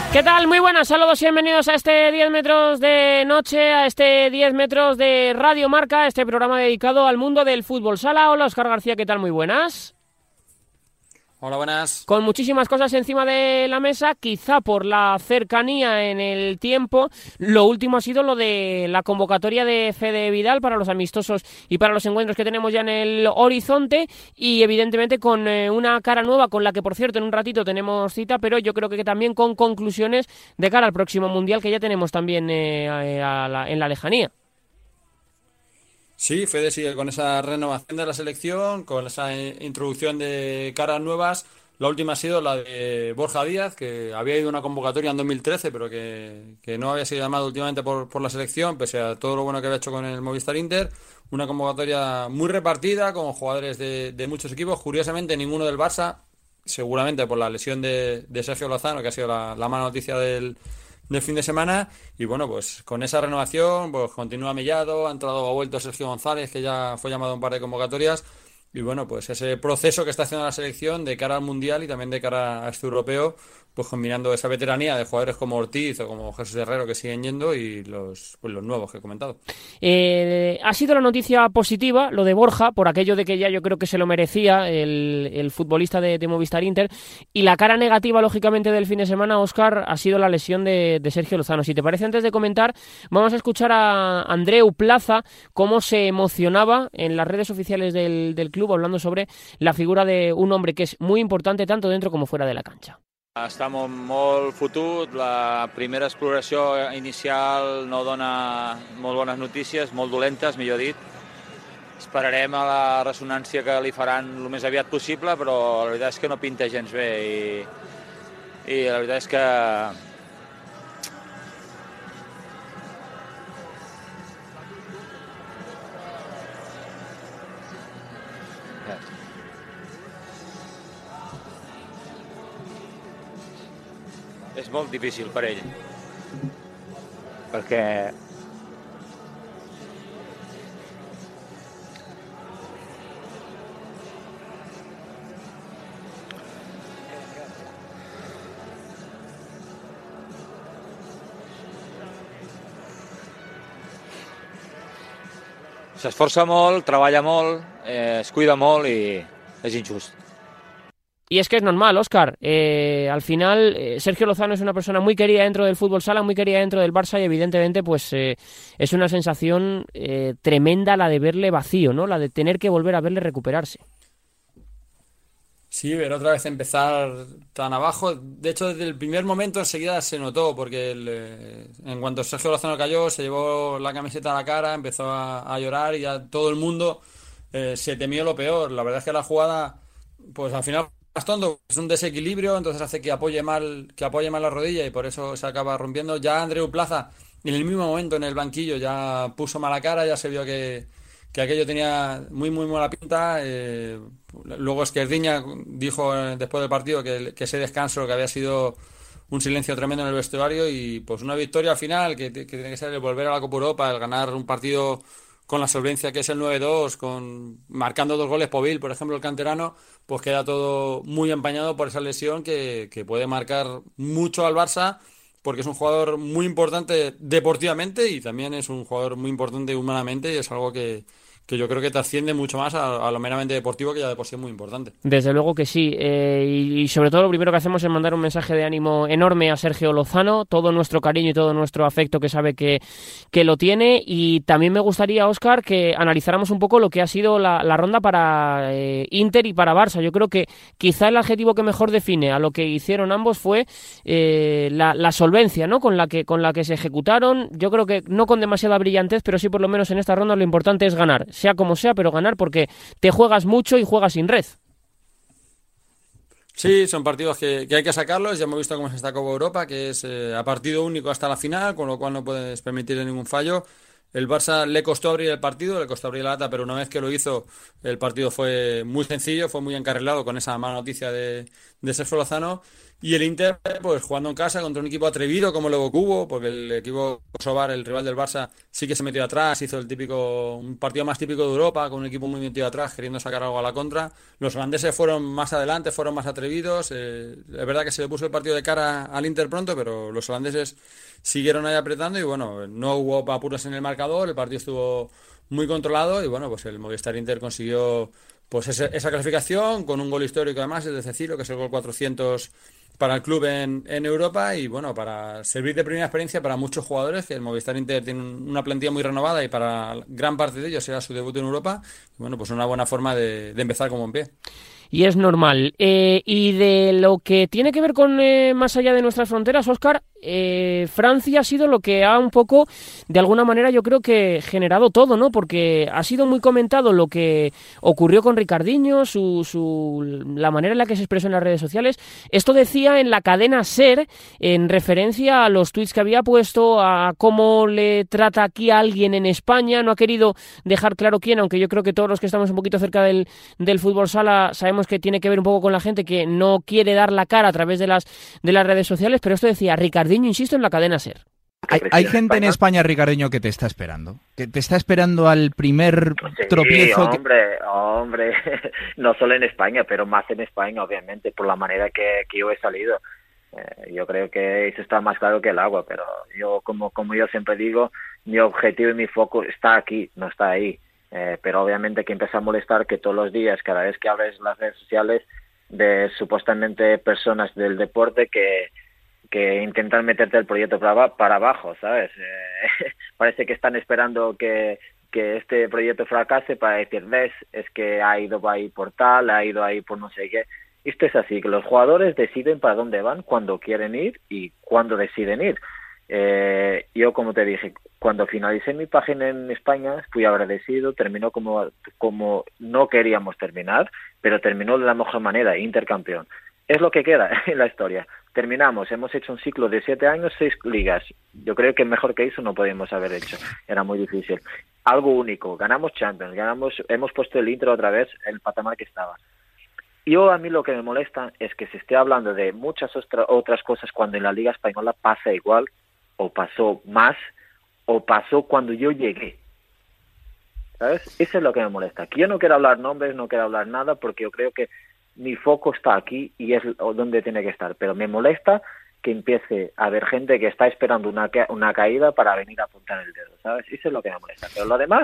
¿Qué tal? Muy buenas, saludos y bienvenidos a este 10 metros de noche, a este 10 metros de Radio Marca, este programa dedicado al mundo del fútbol sala. Hola, Óscar García, ¿qué tal? Muy buenas. Hola, buenas. Con muchísimas cosas encima de la mesa, quizá por la cercanía en el tiempo. Lo último ha sido lo de la convocatoria de Fede Vidal para los amistosos y para los encuentros que tenemos ya en el horizonte, y evidentemente con una cara nueva con la que, por cierto, en un ratito tenemos cita, pero yo creo que también con conclusiones de cara al próximo Mundial que ya tenemos también en la lejanía. Sí, Fede sigue con esa renovación de la selección, con esa introducción de caras nuevas. La última ha sido la de Borja Díaz, que había ido a una convocatoria en 2013, pero que no había sido llamado últimamente por la selección, pese a todo lo bueno que había hecho con el Movistar Inter. Una convocatoria muy repartida, con jugadores de muchos equipos. Curiosamente, ninguno del Barça, seguramente por la lesión de Sergio Lozano, que ha sido la mala noticia del fin de semana. Y bueno, pues con esa renovación pues continúa Mellado, ha vuelto Sergio González, que ya fue llamado a un par de convocatorias. Y bueno, pues ese proceso que está haciendo la selección de cara al Mundial y también de cara a este europeo, pues combinando esa veteranía de jugadores como Ortiz o como Jesús Herrero, que siguen yendo, y los nuevos que he comentado. Ha sido la noticia positiva lo de Borja, por aquello de que ya yo creo que se lo merecía el futbolista de Movistar Inter, y la cara negativa, lógicamente, del fin de semana, Óscar, ha sido la lesión de Sergio Lozano. Si te parece, antes de comentar, vamos a escuchar a Andreu Plaza cómo se emocionaba en las redes oficiales del club, hablando sobre la figura de un hombre que es muy importante tanto dentro como fuera de la cancha. Estamos molt fotuts, la primera exploració inicial no dona molt bones notícies, molt dolentes, millor dit. Esperarem a la ressonància que li faran el més aviat possible, però la veritat és que no pinta gens bé i la veritat és que és molt difícil per ell, perquè s'esforça molt, treballa molt, es cuida molt i és injust. Y es que es normal, Óscar. Al final, Sergio Lozano es una persona muy querida dentro del fútbol sala, muy querida dentro del Barça, y evidentemente pues es una sensación tremenda la de verle vacío, ¿no? La de tener que volver a verle recuperarse. Sí, ver otra vez empezar tan abajo. De hecho, desde el primer momento enseguida se notó, porque en cuanto Sergio Lozano cayó, se llevó la camiseta a la cara, empezó a llorar, y ya todo el mundo se temió lo peor. La verdad es que la jugada, pues al final es tonto, es un desequilibrio, entonces hace que apoye mal la rodilla, y por eso se acaba rompiendo. Ya Andreu Plaza, en el mismo momento en el banquillo, ya puso mala cara, ya se vio que aquello tenía muy muy mala pinta. Luego Esquerdiña dijo después del partido que ese descanso, que había sido un silencio tremendo en el vestuario, y pues una victoria al final que tiene que ser el volver a la Copa Europa, el ganar un partido con la solvencia que es el 9-2, marcando 2 goles Povil, por ejemplo, el canterano. Pues queda todo muy empañado por esa lesión que puede marcar mucho al Barça, porque es un jugador muy importante deportivamente y también es un jugador muy importante humanamente, y es algo que yo creo que te asciende mucho más a lo meramente deportivo, que ya de por sí es muy importante. Desde luego que sí, y sobre todo lo primero que hacemos es mandar un mensaje de ánimo enorme a Sergio Lozano, todo nuestro cariño y todo nuestro afecto, que sabe que lo tiene. Y también me gustaría, Óscar, que analizáramos un poco lo que ha sido la ronda para Inter y para Barça. Yo creo que quizá el adjetivo que mejor define a lo que hicieron ambos fue la solvencia, ¿no? con la que se ejecutaron. Yo creo que no con demasiada brillantez, pero sí, por lo menos en esta ronda, lo importante es ganar, sea como sea, pero ganar, porque te juegas mucho y juegas sin red. Sí, son partidos que hay que sacarlos. Ya hemos visto cómo es esta Copa Europa, que es a partido único hasta la final, con lo cual no puedes permitirle ningún fallo. el Barça le costó abrir el partido, le costó abrir la lata, pero una vez que lo hizo, el partido fue muy sencillo, fue muy encarrilado con esa mala noticia de Sergio Lozano. Y el Inter, pues jugando en casa contra un equipo atrevido como el Evo Cubo, porque el equipo Kosovar, el rival del Barça, sí que se metió atrás, hizo un partido más típico de Europa, con un equipo muy metido atrás, queriendo sacar algo a la contra. Los holandeses fueron más adelante, fueron más atrevidos. Es verdad que se le puso el partido de cara al Inter pronto, pero los holandeses siguieron ahí apretando y bueno, no hubo apuros en el marcador, el partido estuvo muy controlado y bueno, pues el Movistar Inter consiguió pues esa clasificación con un gol histórico además, el de Cecilio, que es el gol 400 para el club en Europa y bueno, para servir de primera experiencia para muchos jugadores, que el Movistar Inter tiene una plantilla muy renovada y para gran parte de ellos será su debut en Europa. Y bueno, pues una buena forma de empezar como en pie. Y es normal. Y de lo que tiene que ver con más allá de nuestras fronteras, Óscar, Francia ha sido lo que ha un poco, de alguna manera, yo creo que generado todo, ¿no? Porque ha sido muy comentado lo que ocurrió con Ricardinho, la manera en la que se expresó en las redes sociales. Esto decía en la cadena SER, en referencia a los tuits que había puesto, a cómo le trata aquí a alguien en España. No ha querido dejar claro quién, aunque yo creo que todos los que estamos un poquito cerca del fútbol sala sabemos que tiene que ver un poco con la gente que no quiere dar la cara a través de las redes sociales, pero esto decía Ricardinho, insisto, en la cadena SER. Hay gente en España, Ricardinho, que te está esperando. Que te está esperando al primer tropiezo. Hombre, no solo en España, pero más en España, obviamente, por la manera que yo he salido. Yo creo que eso está más claro que el agua, pero yo, como yo siempre digo, mi objetivo y mi foco está aquí, no está ahí. Pero obviamente que empieza a molestar que todos los días, cada vez que abres las redes sociales, de supuestamente personas del deporte que intentan meterte el proyecto para abajo, ¿sabes? Parece que están esperando que este proyecto fracase para decir, ves, es que ha ido ahí por tal, ha ido ahí por no sé qué. Esto es así, que los jugadores deciden para dónde van, cuándo quieren ir y cuándo deciden ir. Yo, como te dije, cuando finalicé mi página en España, fui agradecido, terminó como no queríamos terminar, pero terminó de la mejor manera, intercampeón. Es lo que queda en la historia. Terminamos, hemos hecho un ciclo de 7 años, 6 ligas. Yo creo que mejor que eso no podíamos haber hecho, era muy difícil. Algo único, ganamos Champions, hemos puesto el Inter otra vez en el patamar que estaba. A mí lo que me molesta es que se esté hablando de muchas otras cosas cuando en la Liga Española pasa igual, o pasó más, o pasó cuando yo llegué. ¿Sabes? Eso es lo que me molesta. Que yo no quiero hablar nombres, no quiero hablar nada, porque yo creo que mi foco está aquí y es donde tiene que estar. Pero me molesta que empiece a haber gente que está esperando una caída para venir a apuntar el dedo, ¿sabes? Eso es lo que me molesta. Pero lo demás,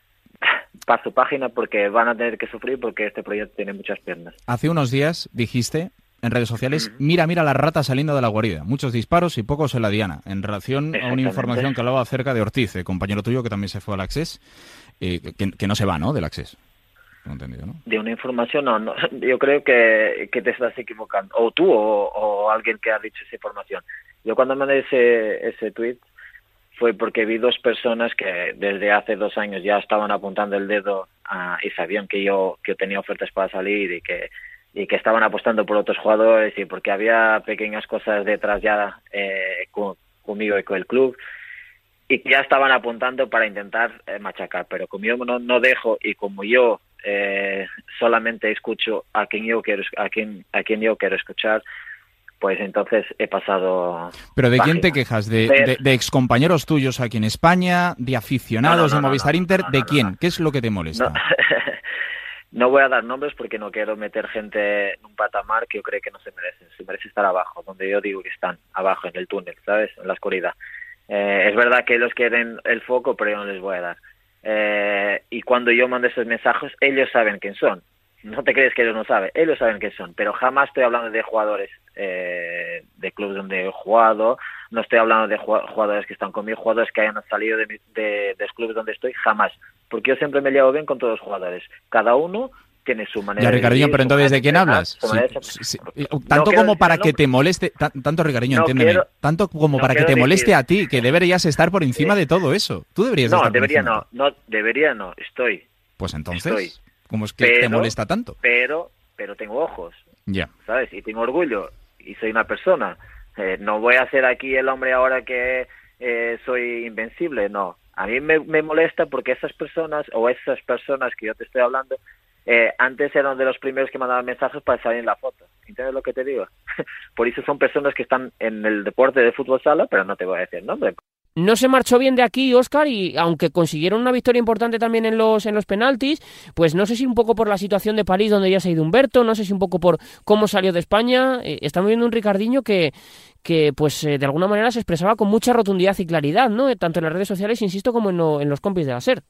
paso página porque van a tener que sufrir porque este proyecto tiene muchas piernas. Hace unos días dijiste en redes sociales, mira la rata saliendo de la guarida. Muchos disparos y pocos en la diana. En relación a una información que hablaba acerca de Ortiz, compañero tuyo que también se fue al Access, que no se va, ¿no?, del Access. No he entendido, ¿no? De una información, no. Yo creo que te estás equivocando. O tú o alguien que ha dicho esa información. Yo cuando mandé ese tweet fue porque vi 2 personas que desde hace 2 años ya estaban apuntando el dedo y sabían que yo tenía ofertas para salir y que estaban apostando por otros jugadores y porque había pequeñas cosas detrás ya conmigo y con el club y que ya estaban apuntando para intentar machacar, pero como yo no dejo y como yo solamente escucho a quien yo quiero escuchar, pues entonces he pasado. ¿Pero de quién te quejas? ¿De excompañeros tuyos aquí en España? ¿De aficionados de Movistar Inter? ¿De quién? ¿Qué es lo que te molesta? No voy a dar nombres porque no quiero meter gente en un patamar que yo creo que no se merecen. Se merece estar abajo, donde yo digo que están, abajo, en el túnel, ¿sabes? En la oscuridad. Es verdad que ellos quieren el foco, pero yo no les voy a dar. Y cuando yo mando esos mensajes, ellos saben quién son. No te crees que ellos no saben, ellos saben quién son. Pero jamás estoy hablando de jugadores de clubes donde he jugado. No estoy hablando de jugadores que están conmigo, jugadores que hayan salido de los clubes donde estoy, jamás. Porque yo siempre me llevo bien con todos los jugadores. Cada uno tiene su manera. Ya, Ricardinho, pero entonces, ¿de quién hablas? Sí. Tanto no como para que te moleste, tanto, Ricardinho, entiéndeme, tanto como para que te moleste a ti, que deberías estar por encima de todo eso. Tú deberías estar por encima. Debería no, estoy. Pues entonces, ¿cómo es que te molesta tanto? Pero tengo ojos, ya, ¿sabes? Y tengo orgullo, y soy una persona. No voy a ser aquí el hombre ahora que soy invencible, no. A mí me molesta porque esas personas que yo te estoy hablando, antes eran de los primeros que mandaban mensajes para salir en la foto. ¿Entiendes lo que te digo? Por eso son personas que están en el deporte de fútbol sala, pero no te voy a decir el nombre. No se marchó bien de aquí, Óscar, y aunque consiguieron una victoria importante también en los penaltis, pues no sé si un poco por la situación de París donde ya se ha ido Humberto, no sé si un poco por cómo salió de España. Estamos viendo un Ricardinho que pues de alguna manera se expresaba con mucha rotundidad y claridad, ¿no? Tanto en las redes sociales, insisto, como en los compis de la SER.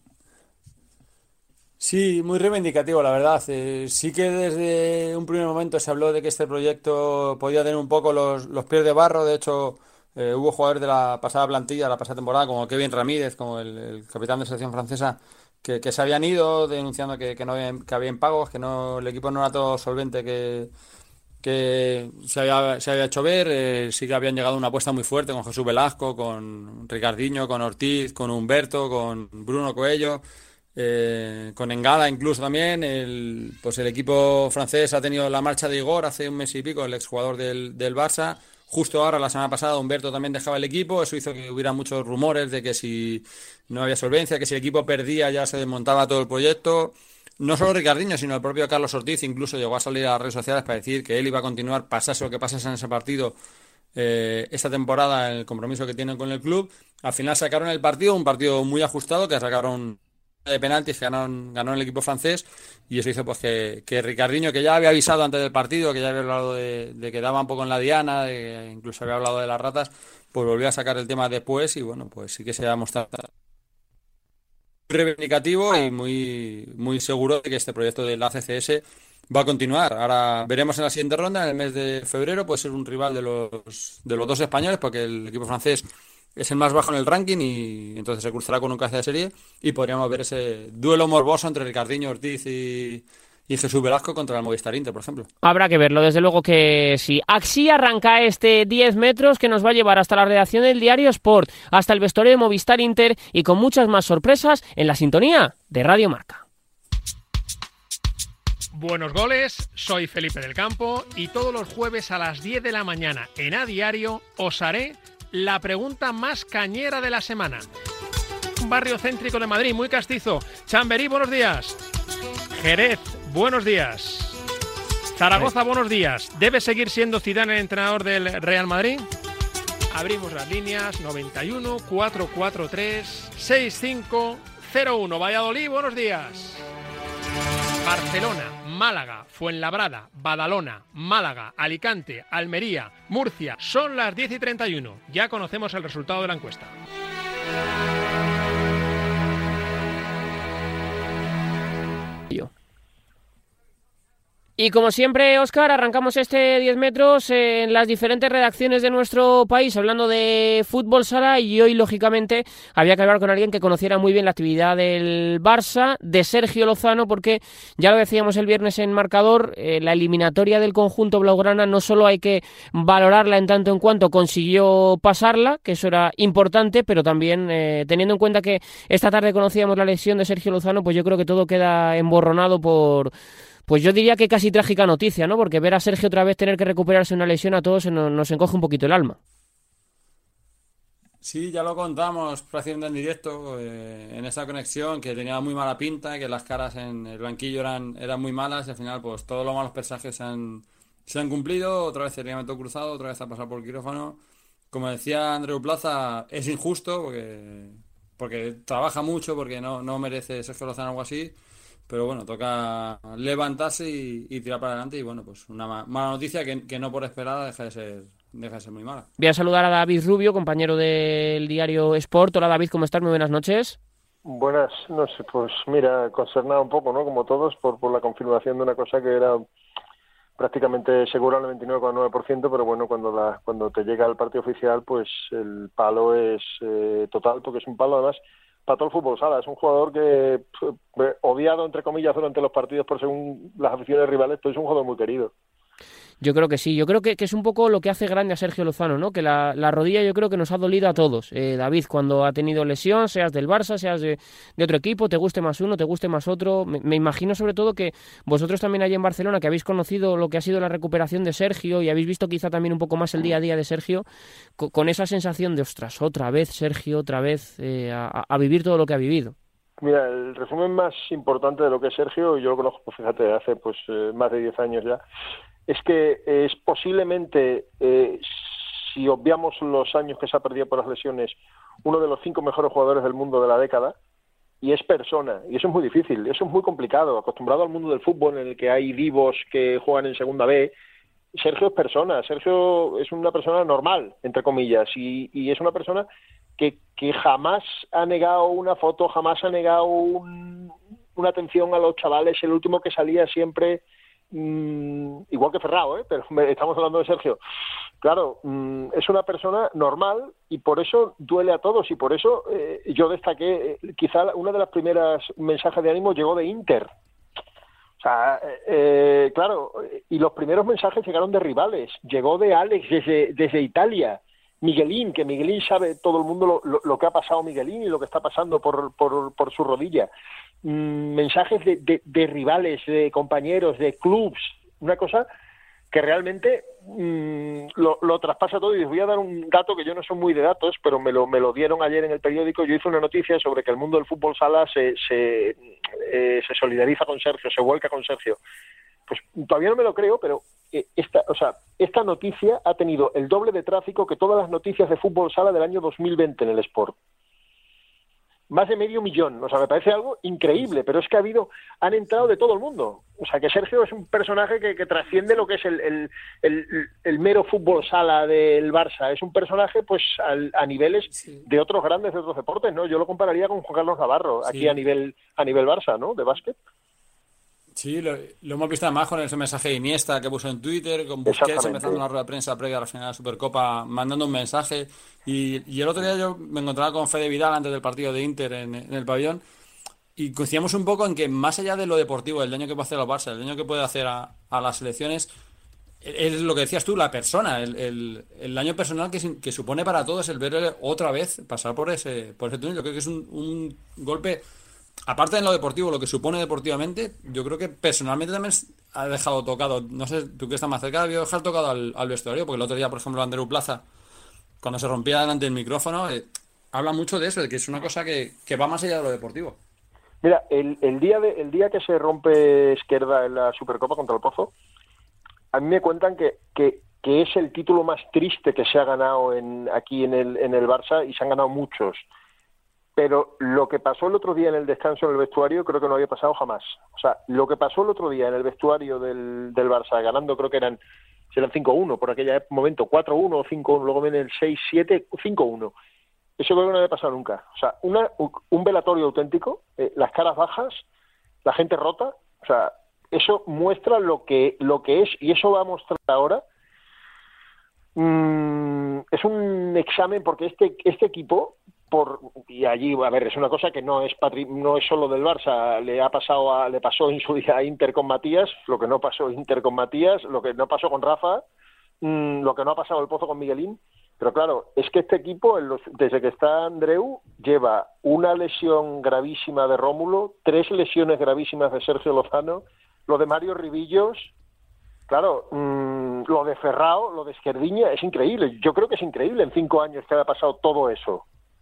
Sí, muy reivindicativo, la verdad. Sí que desde un primer momento se habló de que este proyecto podía tener un poco los pies de barro. De hecho, hubo jugadores de la pasada plantilla, la pasada temporada, como Kevin Ramírez, como el capitán de selección francesa, que se habían ido denunciando que no que había impagos, que no, el equipo no era todo solvente, que se había hecho ver. Sí que habían llegado a una apuesta muy fuerte con Jesús Velasco, con Ricardinho, con Ortiz, con Humberto, con Bruno Coello. Con Engala incluso también. Pues el equipo francés ha tenido la marcha de Igor hace un mes y pico, el exjugador del Barça. Justo ahora, la semana pasada, Humberto también dejaba el equipo. Eso hizo que hubiera muchos rumores de que si no había solvencia, que si el equipo perdía ya se desmontaba todo el proyecto. No solo Ricardinho, sino el propio Carlos Ortiz incluso llegó a salir a las redes sociales para decir que él iba a continuar, pasase lo que pasase en ese partido, esta temporada, el compromiso que tienen con el club. Al final sacaron el partido, un partido muy ajustado, que sacaron de penaltis, que ganó el equipo francés, y eso hizo pues que Ricardinho, que ya había avisado antes del partido, que ya había hablado de que daba un poco en la diana, incluso había hablado de las ratas, pues volvió a sacar el tema después, y bueno, pues sí que se ha mostrado muy reivindicativo y muy seguro de que este proyecto de la CCS va a continuar. Ahora veremos en la siguiente ronda, en el mes de febrero, puede ser un rival de los dos españoles, porque el equipo francés es el más bajo en el ranking y entonces se cruzará con un cabeza de serie y podríamos ver ese duelo morboso entre Ricardinho, Ortiz y Jesús Velasco contra el Movistar Inter, por ejemplo. Habrá que verlo, desde luego que sí. Así arranca este 10 metros que nos va a llevar hasta la redacción del diario Sport, hasta el vestuario de Movistar Inter y con muchas más sorpresas en la sintonía de Radio Marca. Buenos goles, soy Felipe del Campo y todos los jueves a las 10 de la mañana en A Diario os haré la pregunta más cañera de la semana. Un barrio céntrico de Madrid, muy castizo. Chamberí, buenos días. Jerez, buenos días. Zaragoza, buenos días. ¿Debe seguir siendo Zidane el entrenador del Real Madrid? Abrimos las líneas 91 443 6501. Valladolid, buenos días. Barcelona, Málaga, Fuenlabrada, Badalona, Málaga, Alicante, Almería, Murcia. Son las 10:31. Ya conocemos el resultado de la encuesta. Y como siempre, Óscar, arrancamos este 10 metros en las diferentes redacciones de nuestro país hablando de fútbol sala, y hoy, lógicamente, había que hablar con alguien que conociera muy bien la actividad del Barça, de Sergio Lozano, porque ya lo decíamos el viernes en Marcador, la eliminatoria del conjunto blaugrana no solo hay que valorarla en tanto en cuanto consiguió pasarla, que eso era importante, pero también teniendo en cuenta que esta tarde conocíamos la lesión de Sergio Lozano, pues yo creo que todo queda emborronado por... Pues yo diría que casi trágica noticia, ¿no? Porque ver a Sergio otra vez tener que recuperarse una lesión a todos nos encoge un poquito el alma. Sí, ya lo contamos prácticamente en directo, en esa conexión, que tenía muy mala pinta, que las caras en el banquillo eran muy malas, y al final pues todos los malos presagios se han cumplido. Otra vez el ligamento cruzado, otra vez ha pasado por quirófano. Como decía Andreu Plaza, es injusto porque trabaja mucho, porque no merece Sergio Lozano algo así. Pero bueno, toca levantarse y tirar para adelante. Y bueno, pues una mala noticia que no por esperada deja de ser muy mala. Voy a saludar a David Rubio, compañero del diario Sport. Hola David, ¿cómo estás? Muy buenas noches. Buenas, no sé, pues mira, consternado un poco, ¿no? Como todos, por la confirmación de una cosa que era prácticamente segura al 99,9%, pero bueno, cuando te llega el partido oficial, pues el palo es total, porque es un palo además para todo el fútbol sala. Es un jugador que odiado entre comillas durante los partidos por según las aficiones rivales, pero es un jugador muy querido. Yo creo que sí, yo creo que es un poco lo que hace grande a Sergio Lozano, ¿no? Que la rodilla yo creo que nos ha dolido a todos. David, cuando ha tenido lesión, seas del Barça, seas de otro equipo, te guste más uno, te guste más otro. Me imagino sobre todo que vosotros también allí en Barcelona, que habéis conocido lo que ha sido la recuperación de Sergio y habéis visto quizá también un poco más el día a día de Sergio, con esa sensación de, ostras, otra vez Sergio, otra vez a vivir todo lo que ha vivido. Mira, el resumen más importante de lo que es Sergio, yo lo conozco, fíjate, hace más de 10 años ya, es que es posiblemente, si obviamos los años que se ha perdido por las lesiones, uno de los 5 mejores jugadores del mundo de la década, y es persona, y eso es muy difícil, eso es muy complicado, acostumbrado al mundo del fútbol en el que hay divos que juegan en segunda B. Sergio es persona, Sergio es una persona normal, entre comillas, y es una persona que jamás ha negado una foto, jamás ha negado una atención a los chavales. El último que salía siempre, igual que Ferrao, pero estamos hablando de Sergio. Claro, es una persona normal y por eso duele a todos, y por eso yo destaqué, quizá una de las primeras mensajes de ánimo llegó de Inter. O sea, claro, y los primeros mensajes llegaron de rivales, llegó de Alex desde Italia. Miguelín, que Miguelín sabe todo el mundo lo que ha pasado Miguelín y lo que está pasando por su rodilla. Mensajes de rivales, de compañeros, de clubs, una cosa que realmente lo traspasa todo. Y os voy a dar un dato que yo no soy muy de datos, pero me lo dieron ayer en el periódico. Yo hice una noticia sobre que el mundo del fútbol sala se solidariza con Sergio, se vuelca con Sergio. Pues todavía no me lo creo, pero esta noticia ha tenido el doble de tráfico que todas las noticias de fútbol sala del año 2020 en el Sport. Más de 500.000, o sea, me parece algo increíble, pero es que han entrado de todo el mundo. O sea, que Sergio es un personaje que trasciende lo que es el mero fútbol sala del Barça. Es un personaje, pues, a niveles de otros grandes de otros deportes, ¿no? Yo lo compararía con Juan Carlos Navarro, aquí a nivel Barça, ¿no? De básquet. Sí, lo hemos visto además con ese mensaje de Iniesta que puso en Twitter, con Busquets empezando una rueda de prensa previa a la final de la Supercopa, mandando un mensaje. Y el otro día yo me encontraba con Fede Vidal antes del partido de Inter en el pabellón, y coincidíamos un poco en que más allá de lo deportivo, el daño que puede hacer al Barça, el daño que puede hacer a las selecciones, es lo que decías tú, la persona, el daño personal que supone para todos el verle otra vez pasar por ese túnel. Yo creo que es un golpe. Aparte de lo deportivo, lo que supone deportivamente, yo creo que personalmente también ha dejado tocado, no sé, tú que estás más cerca, debió dejar tocado al vestuario, porque el otro día, por ejemplo, Andreu Plaza, cuando se rompía delante del micrófono, habla mucho de eso, de que es una cosa que va más allá de lo deportivo. Mira, el día que se rompe Esquerda en la Supercopa contra el Pozo, a mí me cuentan que es el título más triste que se ha ganado aquí en el Barça, y se han ganado muchos. Pero lo que pasó el otro día en el descanso en el vestuario creo que no había pasado jamás. O sea, lo que pasó el otro día en el vestuario del Barça, ganando, creo que eran 5-1 por aquel momento, 4-1 o 5-1, luego viene el 6-7, 5-1. Eso creo que no había pasado nunca. O sea, un velatorio auténtico, las caras bajas, la gente rota. O sea, eso muestra lo que es, y eso va a mostrar ahora. Es un examen, porque este equipo, y allí, a ver, es una cosa que no es solo del Barça. Le pasó en su día a Inter con Matías, lo que no pasó Inter con Matías, lo que no pasó con Rafa, lo que no ha pasado el Pozo con Miguelín. Pero claro, es que este equipo, desde que está Andreu, lleva una lesión gravísima de Rómulo, 3 lesiones gravísimas de Sergio Lozano, lo de Mario Rivillos, claro, lo de Ferrao, lo de Esquerdiña, es increíble. Yo creo que es increíble en 5 años que haya pasado todo eso.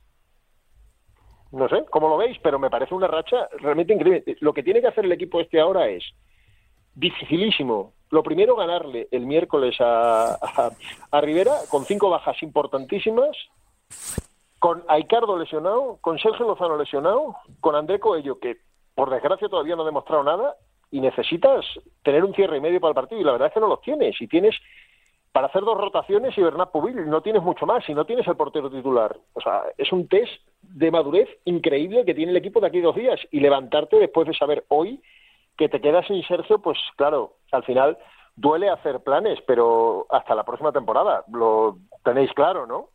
No sé cómo lo veis, pero me parece una racha realmente increíble. Lo que tiene que hacer el equipo ahora es dificilísimo. Lo primero, ganarle el miércoles a Rivera, con 5 bajas importantísimas, con Aicardo lesionado, con Sergio Lozano lesionado, con André Coello, que por desgracia todavía no ha demostrado nada, y necesitas tener un cierre y medio para el partido, y la verdad es que no los tienes. Y tienes para hacer 2 rotaciones y Bernat Pubil, no tienes mucho más, y no tienes el portero titular. O sea, es un test de madurez increíble que tiene el equipo de aquí 2 días, y levantarte después de saber hoy que te quedas sin Sergio, pues claro, al final duele hacer planes, pero hasta la próxima temporada, lo tenéis claro, ¿no?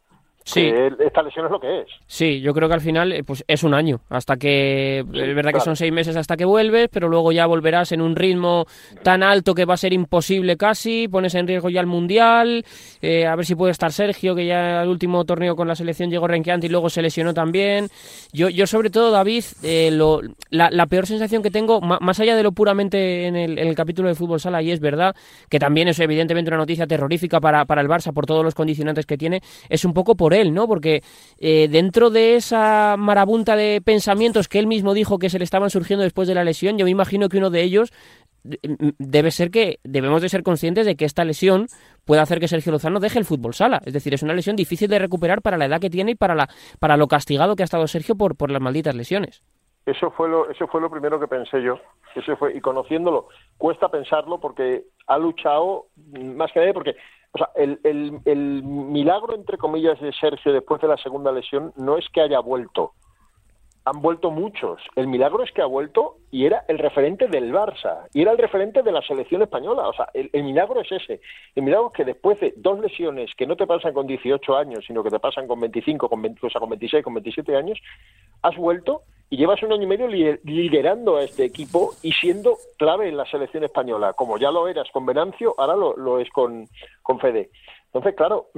Sí. Esta lesión es lo que es. Sí, yo creo que al final pues es un año, hasta que es verdad que son 6 meses hasta que vuelves, pero luego ya volverás en un ritmo tan alto que va a ser imposible casi, pones en riesgo ya el Mundial, a ver si puede estar Sergio, que ya el último torneo con la selección llegó renqueante y luego se lesionó también. Yo sobre todo, David, la peor sensación que tengo, más allá de lo puramente en el capítulo de Fútbol Sala, y es verdad que también es evidentemente una noticia terrorífica para el Barça por todos los condicionantes que tiene, es un poco por él, ¿no? Porque dentro de esa marabunta de pensamientos que él mismo dijo que se le estaban surgiendo después de la lesión, yo me imagino que uno de ellos debe ser que debemos de ser conscientes de que esta lesión puede hacer que Sergio Lozano deje el fútbol sala. Es decir, es una lesión difícil de recuperar para la edad que tiene y para lo castigado que ha estado Sergio por las malditas lesiones. Eso fue lo primero que pensé yo. Y conociéndolo, cuesta pensarlo porque ha luchado más que nadie, porque o sea, el milagro, entre comillas, de Sergio después de la segunda lesión no es que haya vuelto. Han vuelto muchos. El milagro es que ha vuelto y era el referente del Barça. Y era el referente de la selección española. O sea, el milagro es ese. El milagro es que después de 2 lesiones que no te pasan con 18 años, sino que te pasan con 25, con 26, con 27 años, has vuelto y llevas 1 año y medio liderando a este equipo y siendo clave en la selección española. Como ya lo eras con Venancio, ahora lo es con Fede. Entonces, claro,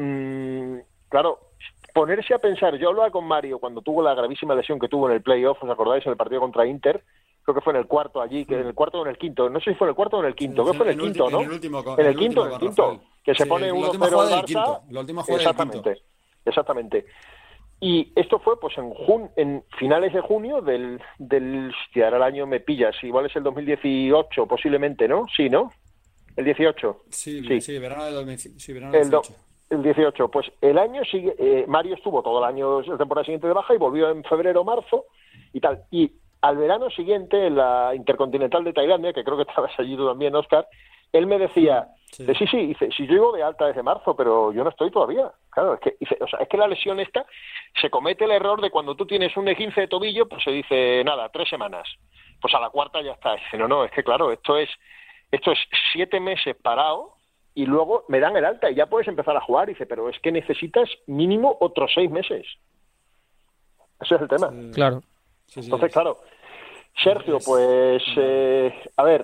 ponerse a pensar, yo hablaba con Mario cuando tuvo la gravísima lesión que tuvo en el playoff, ¿os acordáis? En el partido contra Inter, creo que fue en el cuarto allí, que en el cuarto o en el quinto, no sé si fue en el cuarto o en el quinto, creo que fue en el quinto, ¿no? En el quinto, que se pone 1-0 al Barça. La última jugada del quinto. Exactamente. Y esto fue pues en finales de junio si ahora el año me pillas, igual es el 2018 posiblemente, ¿no? Sí, ¿no? El 18. Sí, verano del 2018. El 18, pues el año sigue, Mario estuvo todo el año, la temporada siguiente de baja y volvió en febrero, marzo y tal. Y al verano siguiente, en la Intercontinental de Tailandia, que creo que estabas allí tú también, Óscar, él me decía, dice, si yo llego de alta desde marzo, pero yo no estoy todavía. Claro, es que la lesión esta, se comete el error de cuando tú tienes un esguince de tobillo, pues se dice, 3 semanas. Pues a la cuarta ya está. Dice, no, es que claro, esto es 7 meses parado, y luego me dan el alta y ya puedes empezar a jugar. Y dice, pero es que necesitas mínimo otros 6 meses. Ese es el tema. Claro. Entonces, claro, Sergio, pues, a ver,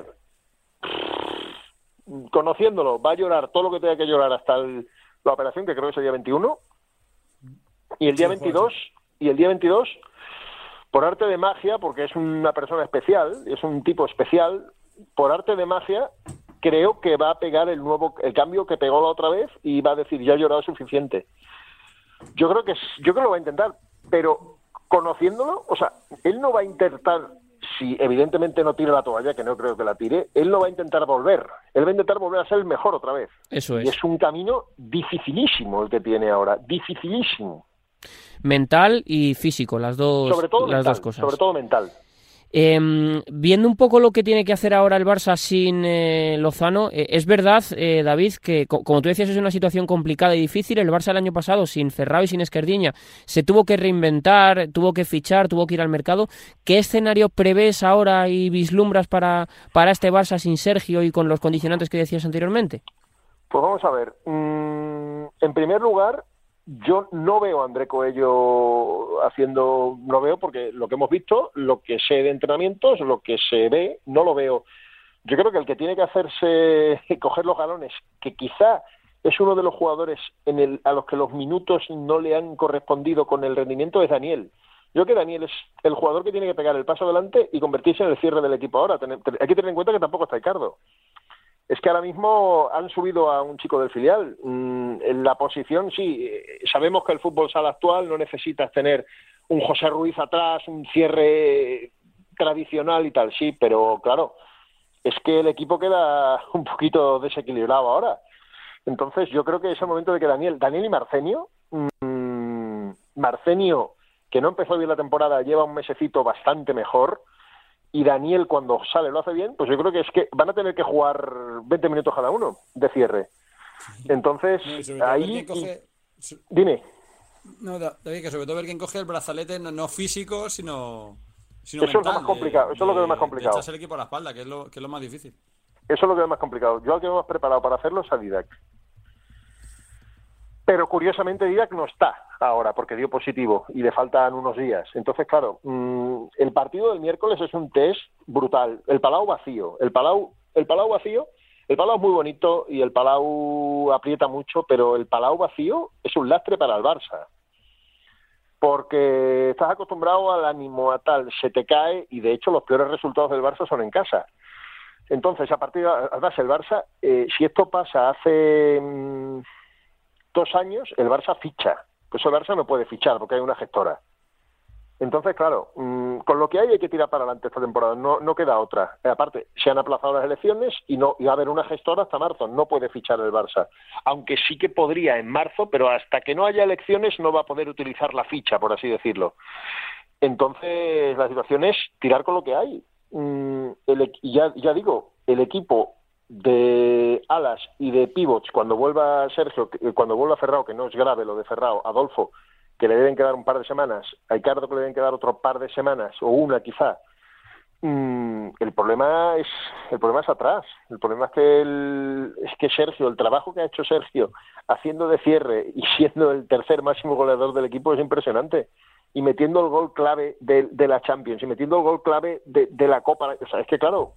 conociéndolo, va a llorar todo lo que tenga que llorar hasta la operación, que creo que es el día 21, y el día 22, por arte de magia, porque es una persona especial, es un tipo especial, por arte de magia, creo que va a pegar el cambio que pegó la otra vez y va a decir, ya he llorado suficiente. Yo creo que lo va a intentar, pero conociéndolo, o sea, él no va a intentar, si evidentemente no tira la toalla, que no creo que la tire, él no va a intentar volver. Él va a intentar volver a ser el mejor otra vez. Eso es. Y es un camino dificilísimo el que tiene ahora, dificilísimo. Mental y físico, las dos cosas. Sobre todo mental. Viendo un poco lo que tiene que hacer ahora el Barça sin Lozano, es verdad, David, que como tú decías es una situación complicada y difícil. El Barça el año pasado, sin Ferrao y sin Esquerdiña, se tuvo que reinventar, tuvo que fichar, tuvo que ir al mercado. ¿Qué escenario prevés ahora y vislumbras para este Barça sin Sergio y con los condicionantes que decías anteriormente? Pues vamos a ver. En primer lugar, yo no veo a André Coello no veo porque lo que hemos visto, lo que sé de entrenamientos, lo que se ve, no lo veo. Yo creo que el que tiene que hacerse, coger los galones, que quizá es uno de los jugadores a los que los minutos no le han correspondido con el rendimiento, es Daniel. Yo creo que Daniel es el jugador que tiene que pegar el paso adelante y convertirse en el cierre del equipo ahora. Hay que tener en cuenta que tampoco está Icardo. Es que ahora mismo han subido a un chico del filial. En la posición, sí, sabemos que el fútbol sala actual no necesitas tener un José Ruiz atrás, un cierre tradicional y tal, sí, pero claro, es que el equipo queda un poquito desequilibrado ahora. Entonces yo creo que es el momento de que Daniel y Marcenio, que no empezó bien la temporada, lleva un mesecito bastante mejor, y Daniel cuando sale lo hace bien, pues yo creo que es que van a tener que jugar 20 minutos cada uno de cierre. Entonces, ahí... Dime. No, David, que sobre todo ver quién coge el brazalete no físico, sino eso mental, es lo más complicado. Eso es lo que es más complicado. Echarse el equipo a la espalda, que es lo más difícil. Eso es lo que es más complicado. Yo al que me hemos preparado para hacerlo es a Didac. Pero curiosamente Didac no está ahora porque dio positivo y le faltan unos días. Entonces, claro, el partido del miércoles es un test brutal. El Palau vacío. El Palau vacío. El Palau es muy bonito y el Palau aprieta mucho, pero el Palau vacío es un lastre para el Barça. Porque estás acostumbrado al ánimo, a tal, se te cae y de hecho los peores resultados del Barça son en casa. Entonces, a partir de además el Barça, si esto pasa hace 2 años, el Barça ficha. Pues el Barça no puede fichar porque hay una gestora. Entonces, claro, con lo que hay que tirar para adelante esta temporada, no queda otra. Aparte, se han aplazado las elecciones y va a haber una gestora hasta marzo, no puede fichar el Barça. Aunque sí que podría en marzo, pero hasta que no haya elecciones no va a poder utilizar la ficha, por así decirlo. Entonces, la situación es tirar con lo que hay. Ya digo, el equipo de alas y de pivots, cuando vuelva Sergio, cuando vuelva Ferrao, que no es grave lo de Ferrao, Adolfo, que le deben quedar un par de semanas, a Icardo que le deben quedar otro par de semanas, o una quizá, el problema es atrás. El problema es que Sergio, el trabajo que ha hecho Sergio haciendo de cierre y siendo el tercer máximo goleador del equipo es impresionante. Y metiendo el gol clave de la Champions, y metiendo el gol clave de la Copa. O sea, es que claro,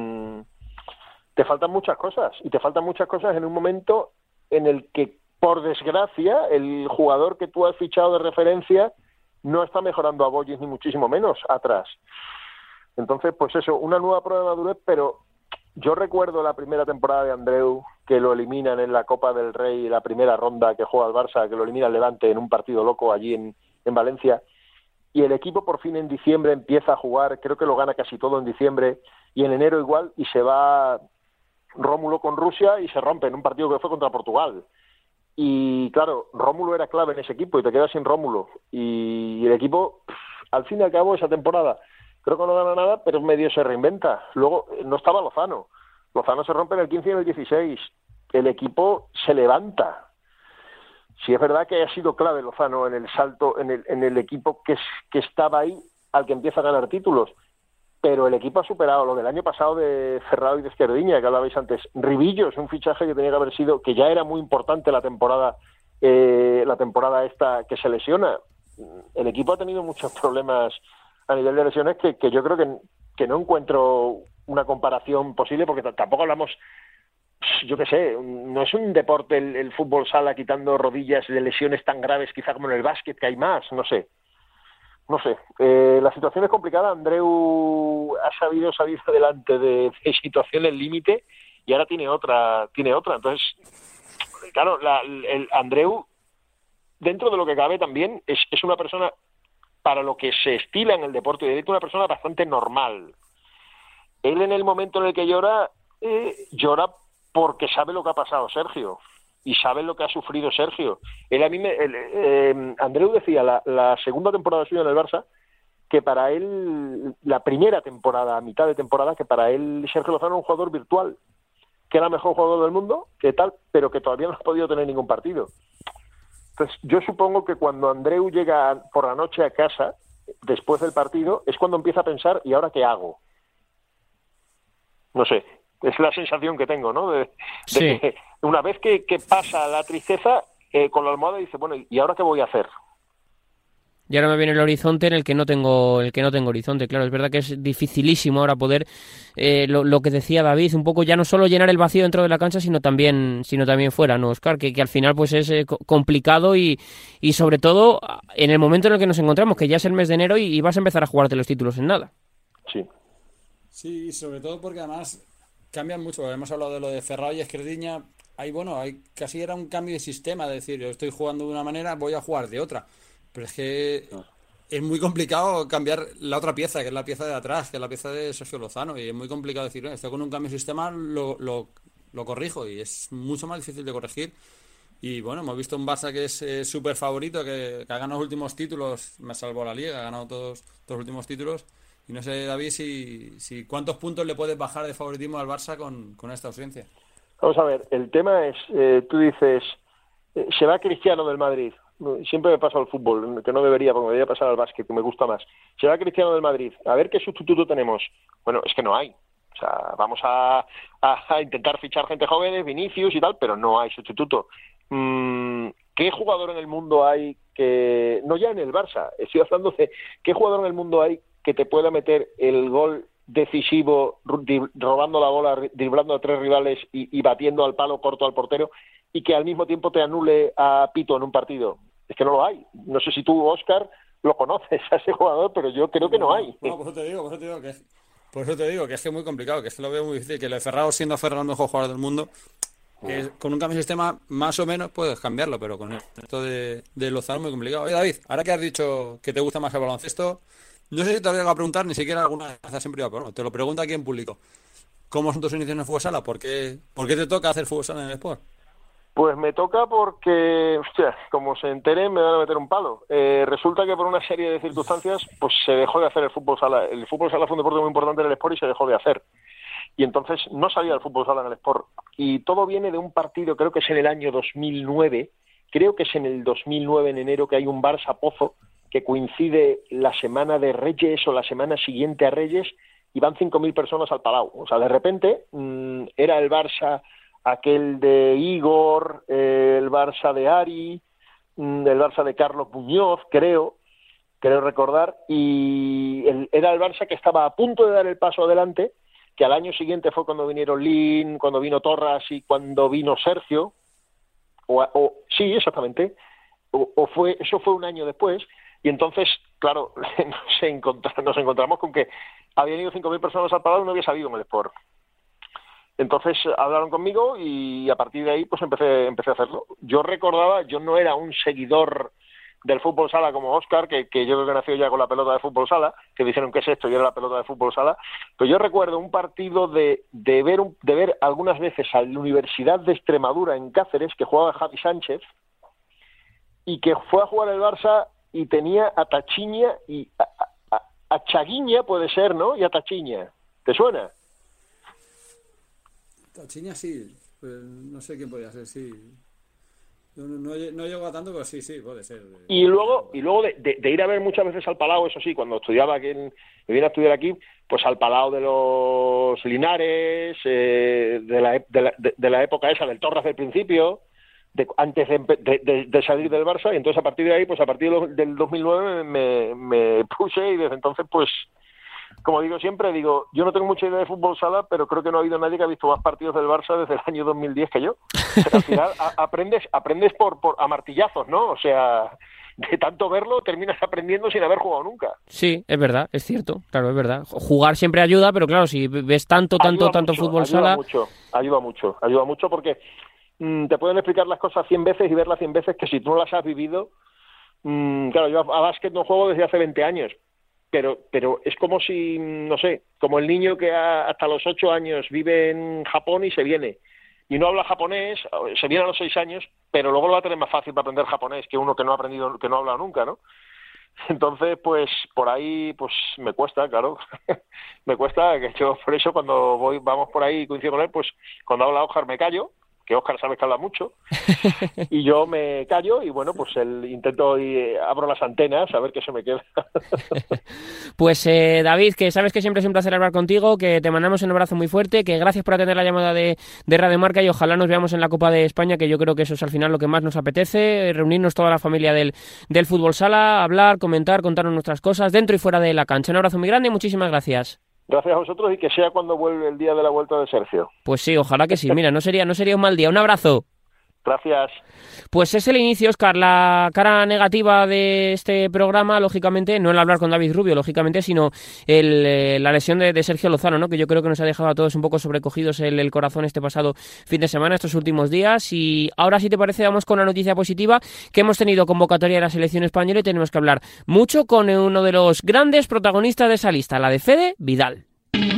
te faltan muchas cosas, y te faltan muchas cosas en un momento en el que, por desgracia, el jugador que tú has fichado de referencia no está mejorando a Boyes ni muchísimo menos atrás. Entonces, pues eso, una nueva prueba de madurez, pero yo recuerdo la primera temporada de Andreu, que lo eliminan en la Copa del Rey, la primera ronda que juega el Barça, que lo elimina el Levante en un partido loco allí en Valencia, y el equipo por fin en diciembre empieza a jugar, creo que lo gana casi todo en diciembre, y en enero igual, y se va Rómulo con Rusia y se rompe en un partido que fue contra Portugal. Y claro, Rómulo era clave en ese equipo y te quedas sin Rómulo. Y el equipo, al fin y al cabo, esa temporada, creo que no gana nada, pero medio se reinventa. Luego no estaba Lozano. Lozano se rompe en el 15 y en el 16. El equipo se levanta. Sí es verdad que ha sido clave Lozano en el salto, en el equipo que estaba ahí, al que empieza a ganar títulos. Pero el equipo ha superado lo del año pasado de Ferrao y de Esquerdiña, que hablabais antes. Ribillo es un fichaje que tenía que haber sido, que ya era muy importante la temporada esta que se lesiona. El equipo ha tenido muchos problemas a nivel de lesiones que yo creo que no encuentro una comparación posible, porque tampoco hablamos, yo qué sé, no es un deporte el fútbol sala quitando rodillas de lesiones tan graves quizá como en el básquet, que hay más, no sé. La situación es complicada. Andreu ha sabido salir adelante de situaciones límite y ahora tiene otra. Entonces, claro, el Andreu, dentro de lo que cabe también, es una persona, para lo que se estila en el deporte de élite, una persona bastante normal. Él, en el momento en el que llora porque sabe lo que ha pasado Sergio. Y saben lo que ha sufrido Sergio. Andreu decía la segunda temporada suya en el Barça, que para él, la primera temporada, a mitad de temporada, que para él Sergio Lozano era un jugador virtual, que era el mejor jugador del mundo, que tal, pero que todavía no ha podido tener ningún partido. Entonces, yo supongo que cuando Andreu llega por la noche a casa, después del partido, es cuando empieza a pensar, ¿y ahora qué hago? No sé. Es la sensación que tengo, ¿no? Sí. Que una vez que pasa la tristeza, con la almohada dice, bueno, ¿y ahora qué voy a hacer? Y ahora me viene el horizonte en el que no tengo horizonte. Claro, es verdad que es dificilísimo ahora poder, lo que decía David, un poco ya no solo llenar el vacío dentro de la cancha, sino también fuera, ¿no, Óscar? Que al final pues es complicado y sobre todo en el momento en el que nos encontramos, que ya es el mes de enero y vas a empezar a jugarte los títulos en nada. Sí. Sí, sobre todo porque además cambian mucho. Hemos hablado de lo de Ferrao y Esquerdiña. Casi era un cambio de sistema, es decir, yo estoy jugando de una manera, voy a jugar de otra. Pero es que es muy complicado cambiar la otra pieza, que es la pieza de atrás, que es la pieza de Sergio Lozano. Y es muy complicado decir, estoy con un cambio de sistema, lo corrijo. Y es mucho más difícil de corregir. Y bueno, hemos visto un Barça que es súper favorito, que ha ganado los últimos títulos, me salvó la Liga, ha ganado todos los últimos títulos. Y no sé, David, si cuántos puntos le puedes bajar de favoritismo al Barça con esta ausencia. Vamos a ver, el tema es, tú dices, se va Cristiano del Madrid. Siempre me pasa al fútbol, que no debería, porque me debería pasar al básquet, que me gusta más. Se va Cristiano del Madrid. A ver qué sustituto tenemos. Bueno, es que no hay. O sea, vamos a intentar fichar gente joven, Vinicius y tal, pero no hay sustituto. ¿qué jugador en el mundo hay que, no ya en el Barça, estoy hablando de qué jugador en el mundo hay que te pueda meter el gol decisivo robando la bola, driblando a 3 rivales y batiendo al palo corto al portero y que al mismo tiempo te anule a Pito en un partido? Es que no lo hay. No sé si tú, Óscar, lo conoces a ese jugador, pero yo creo que no hay. No, por eso te digo que es que es muy complicado, que es que lo veo muy difícil, que lo de Ferrao, siendo Ferrao el mejor jugador del mundo, que con un cambio de sistema más o menos puedes cambiarlo, pero con esto de Lozano es muy complicado. Oye, David, ahora que has dicho que te gusta más el baloncesto, no sé si te lo voy a preguntar, ni siquiera alguna vez en privado, pero bueno, te lo pregunto aquí en público. ¿Cómo son tus inicios en el fútbol sala? ¿Por qué te toca hacer fútbol sala en el Sport? Pues me toca porque, hostia, como se enteren me van a meter un palo. Resulta que por una serie de circunstancias pues se dejó de hacer el fútbol sala. El fútbol sala fue un deporte muy importante en el Sport y se dejó de hacer. Y entonces no salía el fútbol sala en el Sport. Y todo viene de un partido, creo que es en el año 2009, creo que es en el 2009 en enero, que hay un Barça Pozo que coincide la semana de Reyes o la semana siguiente a Reyes y van 5.000 personas al Palau. O sea, de repente era el Barça aquel de Igor, el Barça de Ari, el Barça de Carlos Muñoz, creo recordar, y era el Barça que estaba a punto de dar el paso adelante, que al año siguiente fue cuando vinieron Lin, cuando vino Torras y cuando vino Sergio, sí, exactamente, eso fue un año después, y entonces, claro, nos encontramos con que habían ido 5.000 personas al Palau y no había salido en el Sport. Entonces hablaron conmigo y a partir de ahí pues empecé a hacerlo. Yo no era un seguidor del fútbol sala como Óscar, que yo creo que nació ya con la pelota de fútbol sala, que dijeron ¿qué es esto? Y era la pelota de fútbol sala. Pero yo recuerdo un partido de ver algunas veces a la Universidad de Extremadura en Cáceres, que jugaba Javi Sánchez, y que fue a jugar el Barça y tenía a Tachiña y a Chaguiña, puede ser, ¿no? Y a Tachiña. ¿Te suena? Tachiña sí, pues no sé quién podía ser, sí. No llego a tanto, pero sí, puede ser. Y luego de ir a ver muchas veces al Palau, eso sí, cuando estudiaba aquí, me vine a estudiar aquí, pues al Palau de los Linares, de la época esa, del Torras del principio, antes de salir del Barça, y entonces a partir de ahí, pues a partir del 2009 me puse y desde entonces pues... Como digo siempre, yo no tengo mucha idea de fútbol sala, pero creo que no ha habido nadie que ha visto más partidos del Barça desde el año 2010 que yo. Pero al final aprendes por a martillazos, ¿no? O sea, de tanto verlo terminas aprendiendo sin haber jugado nunca. Sí, es verdad, es cierto, claro, es verdad. Jugar siempre ayuda, pero claro, si ves tanto fútbol sala... Ayuda mucho porque te pueden explicar las cosas 100 veces y verlas 100 veces que si tú no las has vivido... claro, yo a básquet no juego desde hace 20 años. Pero es como si, no sé, como el niño que hasta los 8 años vive en Japón y se viene. Y no habla japonés, se viene a los 6 años, pero luego lo va a tener más fácil para aprender japonés que uno que no ha aprendido, que no ha hablado nunca, ¿no? Entonces, pues, por ahí, pues, me cuesta, claro. Me cuesta, que yo por eso cuando vamos por ahí y coincido con él, pues, cuando habla Óscar me callo, que Óscar sabe que habla mucho, y yo me callo y bueno, pues intento y abro las antenas a ver qué se me queda. Pues David, que sabes que siempre es un placer hablar contigo, que te mandamos un abrazo muy fuerte, que gracias por atender la llamada de Radio Marca y ojalá nos veamos en la Copa de España, que yo creo que eso es al final lo que más nos apetece, reunirnos toda la familia del fútbol sala, hablar, comentar, contarnos nuestras cosas dentro y fuera de la cancha. Un abrazo muy grande y muchísimas gracias. Gracias a vosotros y que sea cuando vuelve el día de la vuelta de Sergio. Pues sí, ojalá que sí. Mira, no sería un mal día. Un abrazo. Gracias. Pues es el inicio, Óscar, la cara negativa de este programa, lógicamente, no el hablar con David Rubio, lógicamente, sino la lesión de Sergio Lozano, ¿no? Que yo creo que nos ha dejado a todos un poco sobrecogidos el corazón este pasado fin de semana, estos últimos días. Y ahora, si te parece, vamos con la noticia positiva, que hemos tenido convocatoria de la selección española y tenemos que hablar mucho con uno de los grandes protagonistas de esa lista, la de Fede Vidal.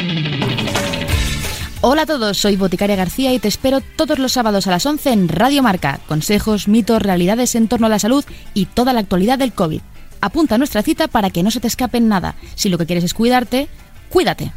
Hola a todos, soy Boticaria García y te espero todos los sábados a las 11 en Radio Marca. Consejos, mitos, realidades en torno a la salud y toda la actualidad del COVID. Apunta a nuestra cita para que no se te escape nada. Si lo que quieres es cuidarte, cuídate.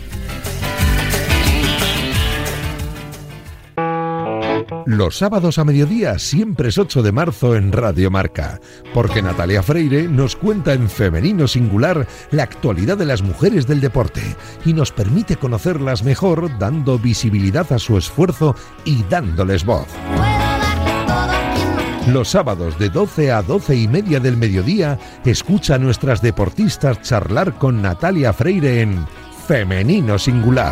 Los sábados a mediodía siempre es 8 de marzo en Radio Marca, porque Natalia Freire nos cuenta en femenino singular la actualidad de las mujeres del deporte y nos permite conocerlas mejor dando visibilidad a su esfuerzo y dándoles voz. Los sábados de 12 a 12 y media del mediodía, escucha a nuestras deportistas charlar con Natalia Freire en Femenino Singular.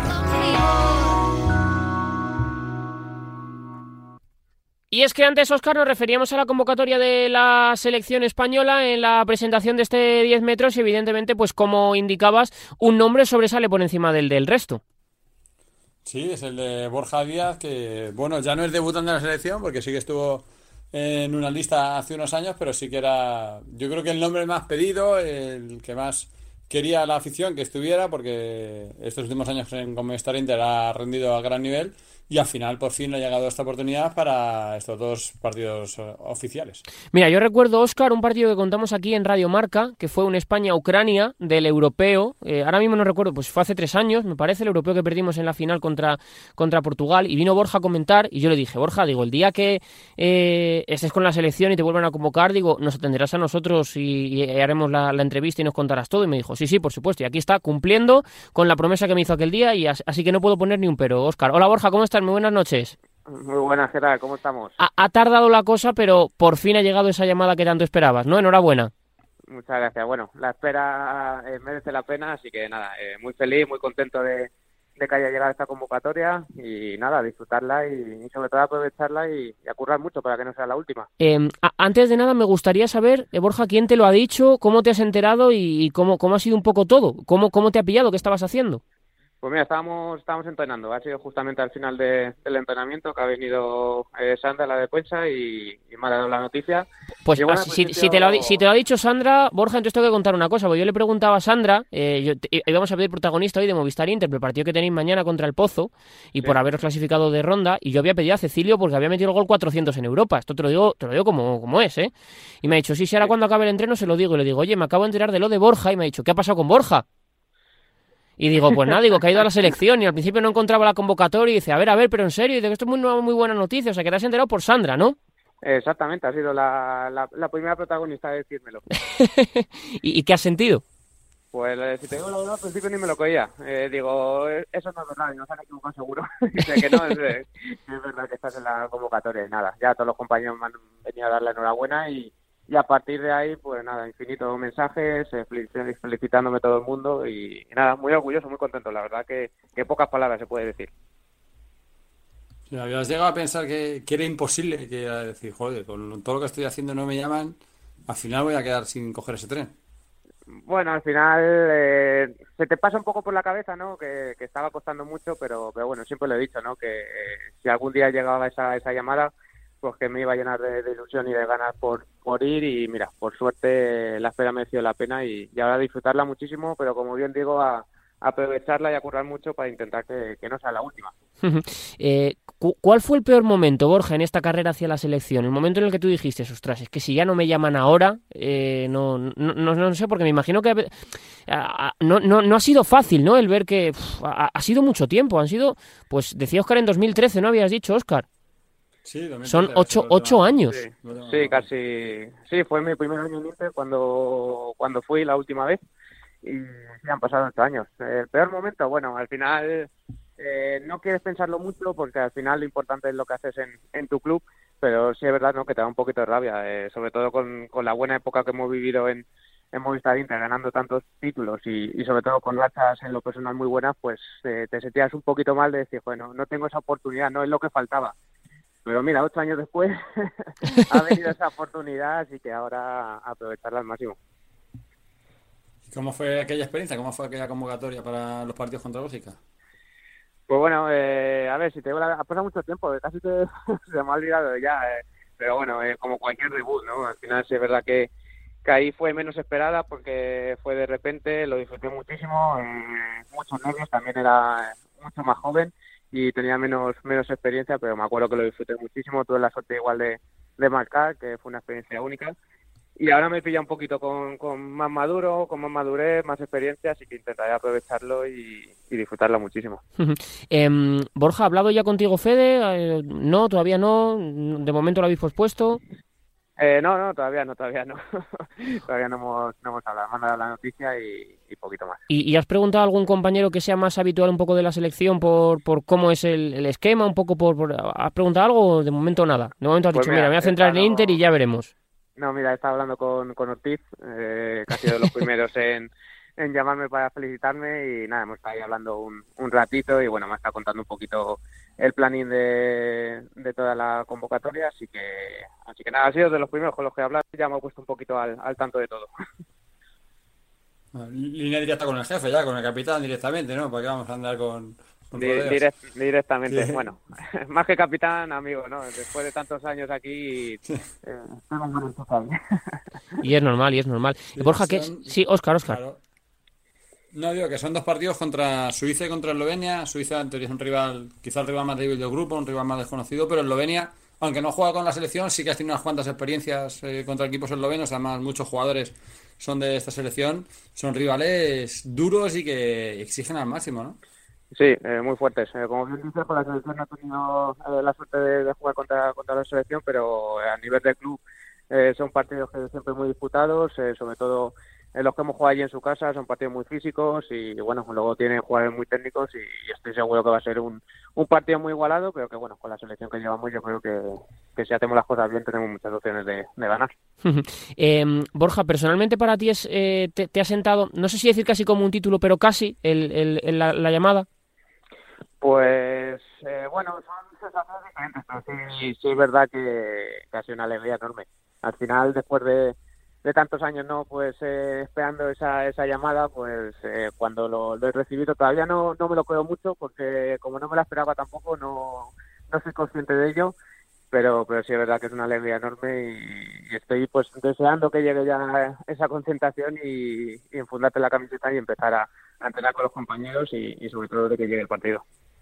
Y es que antes, Óscar, nos referíamos a la convocatoria de la selección española en la presentación de este 10 metros y evidentemente, pues como indicabas, un nombre sobresale por encima del resto. Sí, es el de Borja Díaz, que bueno, ya no es debutante en la selección porque sí que estuvo en una lista hace unos años, pero sí que era, yo creo que el nombre más pedido, el que más quería la afición que estuviera, porque estos últimos años en Movistar Inter ha rendido a gran nivel y al final por fin le ha llegado esta oportunidad para estos dos partidos oficiales. Mira, yo recuerdo, Óscar, un partido que contamos aquí en Radio Marca, que fue un España-Ucrania del europeo, ahora mismo no recuerdo, pues fue hace 3 años, me parece, el europeo que perdimos en la final contra Portugal, y vino Borja a comentar, y yo le dije, Borja, digo, el día que estés con la selección y te vuelvan a convocar, digo, nos atenderás a nosotros y haremos la entrevista y nos contarás todo, y me dijo, sí, por supuesto, y aquí está cumpliendo con la promesa que me hizo aquel día, y así que no puedo poner ni un pero. Óscar, hola Borja, ¿cómo estás? Muy buenas noches. Muy buenas, ¿qué tal? ¿Cómo estamos? Ha tardado la cosa, pero por fin ha llegado esa llamada que tanto esperabas, ¿no? Enhorabuena. Muchas gracias. Bueno, la espera merece la pena, así que nada, muy feliz, muy contento de que haya llegado esta convocatoria y nada, disfrutarla y sobre todo aprovecharla y a currar mucho para que no sea la última. Antes de nada me gustaría saber, Borja, ¿quién te lo ha dicho? ¿Cómo te has enterado? Y cómo ha sido un poco todo. ¿Cómo te ha pillado? ¿Qué estabas haciendo? Pues mira, estábamos entrenando. Ha sido justamente al final del entrenamiento que ha venido Sandra, la de prensa, y me ha dado la noticia. Pues si te lo ha dicho Sandra, Borja, entonces tengo que contar una cosa. Porque yo le preguntaba a Sandra, íbamos a pedir protagonista hoy de Movistar Inter, el partido que tenéis mañana contra el Pozo, y por haberos clasificado de ronda, y yo había pedido a Cecilio porque había metido el gol 400 en Europa. Esto te lo digo como es, ¿eh? Y me ha dicho, sí, ahora cuando acabe el entreno se lo digo. Y le digo, oye, me acabo de enterar de lo de Borja, y me ha dicho, ¿qué ha pasado con Borja? Y digo, pues nada, que ha ido a la selección y al principio no encontraba la convocatoria y dice, a ver, pero en serio, y digo, esto es muy buena noticia, o sea, que te has enterado por Sandra, ¿no? Exactamente, ha sido la primera protagonista de decírmelo. ¿Y qué has sentido? Pues si te digo la verdad, al principio ni me lo creía. Digo, eso no es verdad, no se han equivocado seguro. Dice que no, es verdad que estás en la convocatoria y nada. Ya todos los compañeros me han venido a dar la enhorabuena y a partir de ahí, pues nada, infinitos mensajes, felicitándome todo el mundo y nada, muy orgulloso, muy contento. La verdad que pocas palabras se puede decir. Sí, ¿habías llegado a pensar que era imposible? Que era decir, joder, con todo lo que estoy haciendo no me llaman, al final voy a quedar sin coger ese tren. Bueno, al final se te pasa un poco por la cabeza, ¿no? Que estaba costando mucho, pero bueno, siempre lo he dicho, ¿no? Que si algún día llegaba esa llamada, pues que me iba a llenar de ilusión y de ganas por ir y mira, por suerte la espera mereció la pena y ahora disfrutarla muchísimo, pero como bien digo, a aprovecharla y a currar mucho para intentar que no sea la última. ¿Cuál fue el peor momento, Borja, en esta carrera hacia la selección? El momento en el que tú dijiste, ostras, es que si ya no me llaman ahora, no sé, porque me imagino que no ha sido fácil, ¿no? El ver que ha sido mucho tiempo, han sido, pues decía Óscar en 2013, ¿no? Habías dicho, Óscar. Sí, son 8 años. Sí, casi. Sí, fue mi primer año en Inter cuando fui la última vez y sí, han pasado 8 años. El peor momento, bueno, al final no quieres pensarlo mucho porque al final lo importante es lo que haces en tu club, pero sí es verdad, ¿no? Que te da un poquito de rabia, sobre todo con la buena época que hemos vivido en Movistar Inter, ganando tantos títulos y sobre todo con rachas en lo personal muy buenas, pues te sentías un poquito mal de decir, bueno, no tengo esa oportunidad, no es lo que faltaba. Pero mira, 8 años después ha venido esa oportunidad, así que ahora aprovecharla al máximo. ¿Cómo fue aquella experiencia? ¿Cómo fue aquella convocatoria para los partidos contra Bélgica? Pues bueno, a ver, si te digo ha pasado mucho tiempo, casi se me ha olvidado ya, pero bueno, como cualquier debut, ¿no? Al final sí es verdad que ahí fue menos esperada porque fue de repente, lo disfruté muchísimo, muchos nervios, también era mucho más joven y tenía menos experiencia, pero me acuerdo que lo disfruté muchísimo, tuve la suerte igual de marcar, que fue una experiencia única. Y ahora me pilla un poquito con más maduro, con más madurez, más experiencia, así que intentaré aprovecharlo y disfrutarlo muchísimo. Borja, ¿ha hablado ya contigo Fede? No, todavía no. ¿De momento lo habéis pospuesto? No, todavía no. Todavía no hemos hablado. Me han dado la noticia y poquito más. ¿Y has preguntado a algún compañero que sea más habitual un poco de la selección por cómo es el esquema, un poco ¿has preguntado algo o de momento nada? De momento has Pues dicho, mira, me voy a centrar en el Inter y ya veremos. No, mira, he estado hablando con Ortiz, que ha sido de los primeros en llamarme para felicitarme y nada, hemos estado ahí hablando un ratito y bueno, me está contando un poquito el planning de toda la convocatoria, así que nada, ha sido de los primeros con los que he hablado y ya me he puesto un poquito al tanto de todo. Línea directa con el jefe ya, con el capitán directamente, ¿no? Porque vamos a andar con rodeos. Directamente, Sí. Bueno, más que capitán, amigo, ¿no? Después de tantos años aquí, tengo un buen enfoque. Y es normal. Sí, Borja, ¿qué es? son- Sí, Óscar. Claro. No, digo que son 2 partidos contra Suiza y contra Eslovenia. Suiza en teoría es un rival, quizá el rival más débil del grupo, un rival más desconocido, pero Eslovenia, aunque no juega con la selección, sí que ha tenido unas cuantas experiencias contra equipos eslovenos. Además, muchos jugadores son de esta selección. Son rivales duros y que exigen al máximo, ¿no? Sí, muy fuertes. Como bien dices, con la selección no he tenido la suerte de jugar contra la selección, pero a nivel de club son partidos que siempre muy disputados, sobre todo los que hemos jugado allí en su casa, son partidos muy físicos y bueno, luego tienen jugadores muy técnicos y estoy seguro que va a ser un partido muy igualado, pero que bueno, con la selección que llevamos yo creo que si hacemos las cosas bien tenemos muchas opciones de ganar. Borja, personalmente para ti te ha sentado, no sé si decir casi como un título, pero casi la llamada. Pues bueno, son sensaciones diferentes, pero sí es verdad que ha sido una alegría enorme. Al final, después de tantos años no pues esperando esa llamada, pues cuando lo he recibido todavía no me lo creo mucho, porque como no me la esperaba tampoco, no soy consciente de ello, pero sí es verdad que es una alegría enorme y estoy pues deseando que llegue ya esa concentración y enfundarte la camiseta y empezar a entrenar con los compañeros y sobre todo de que llegue el partido.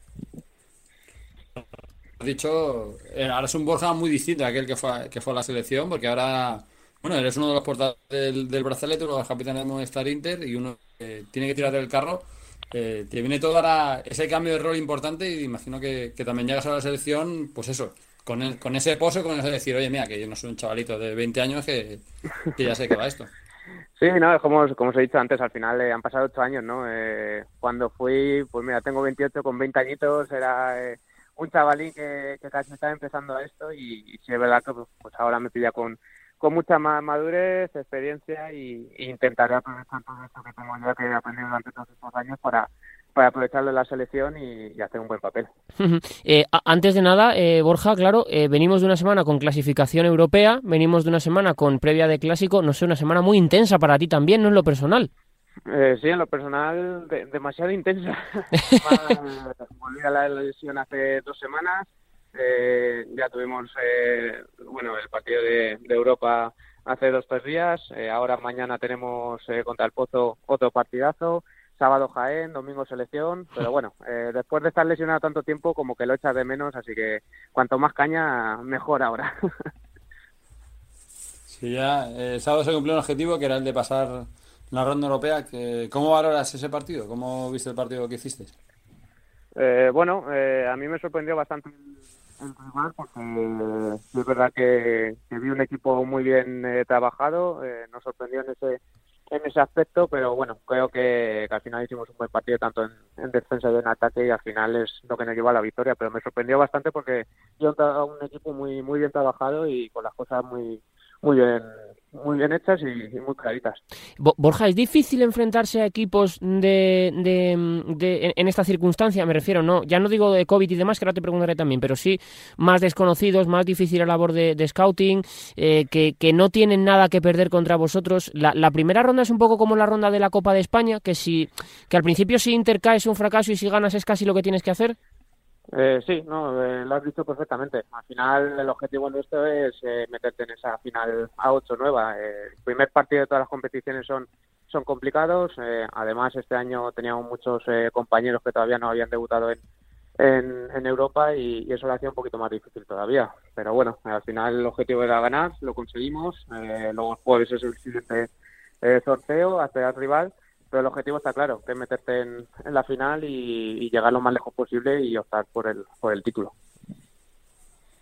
Has dicho, ahora es un Borja muy distinto a aquel que fue a la selección, porque ahora, bueno, eres uno de los portadores del brazalete, uno de los capitanes de Movistar Inter y uno que tiene que tirar del carro. Te viene todo ahora ese cambio de rol importante y imagino que también llegas a la selección, pues eso, con ese pozo, con eso de decir, oye, mira, que yo no soy un chavalito de 20 años que ya sé que va esto. Sí, no, como os he dicho antes, al final han pasado 8 años, ¿no? Cuando fui, pues mira, tengo 28, con 20 añitos, era un chavalín que casi estaba empezando a esto y sí es verdad que pues ahora me pilla con mucha más madurez, experiencia y intentaré aprovechar todo esto que tengo ya, que he aprendido durante todos estos años para aprovecharlo en la selección y hacer un buen papel. Antes de nada, Borja, claro, venimos de una semana con clasificación europea, venimos de una semana con previa de clásico, no sé, una semana muy intensa para ti también, ¿no? En lo personal. Sí, en lo personal, demasiado intensa. Volví a la lesión hace 2 semanas. Ya tuvimos el partido de Europa hace 2-3 días. Ahora mañana tenemos contra el Pozo otro partidazo. Sábado Jaén, domingo selección. Pero bueno, después de estar lesionado tanto tiempo, como que lo echas de menos. Así que cuanto más caña, mejor ahora. Sí, ya el sábado se cumplió un objetivo que era el de pasar la ronda europea. ¿Cómo valoras ese partido? ¿Cómo viste el partido que hiciste? A mí me sorprendió bastante el rival, porque es verdad que vi un equipo muy bien trabajado, nos sorprendió en ese aspecto, pero bueno, creo que al final hicimos un buen partido tanto en defensa y en ataque y al final es lo que nos llevó a la victoria, pero me sorprendió bastante porque yo a un equipo muy muy bien trabajado y con las cosas muy bien hechas y muy claritas. Borja, ¿es difícil enfrentarse a equipos en esta circunstancia? Me refiero, ya no digo de COVID y demás, que ahora te preguntaré también, pero sí más desconocidos, más difícil la labor de scouting, que no tienen nada que perder contra vosotros. La primera ronda es un poco como la ronda de la Copa de España, que al principio si Inter cae es un fracaso y si ganas es casi lo que tienes que hacer. Sí, lo has dicho perfectamente. Al final el objetivo nuestro es meterte en esa final A8 nueva. El primer partido de todas las competiciones son complicados. Además este año teníamos muchos compañeros que todavía no habían debutado en Europa y eso lo hacía un poquito más difícil todavía. Pero bueno, al final el objetivo era ganar, lo conseguimos. Luego el jueves es el siguiente sorteo hasta el rival. Pero el objetivo está claro, que es meterte en la final y llegar lo más lejos posible y optar por el título.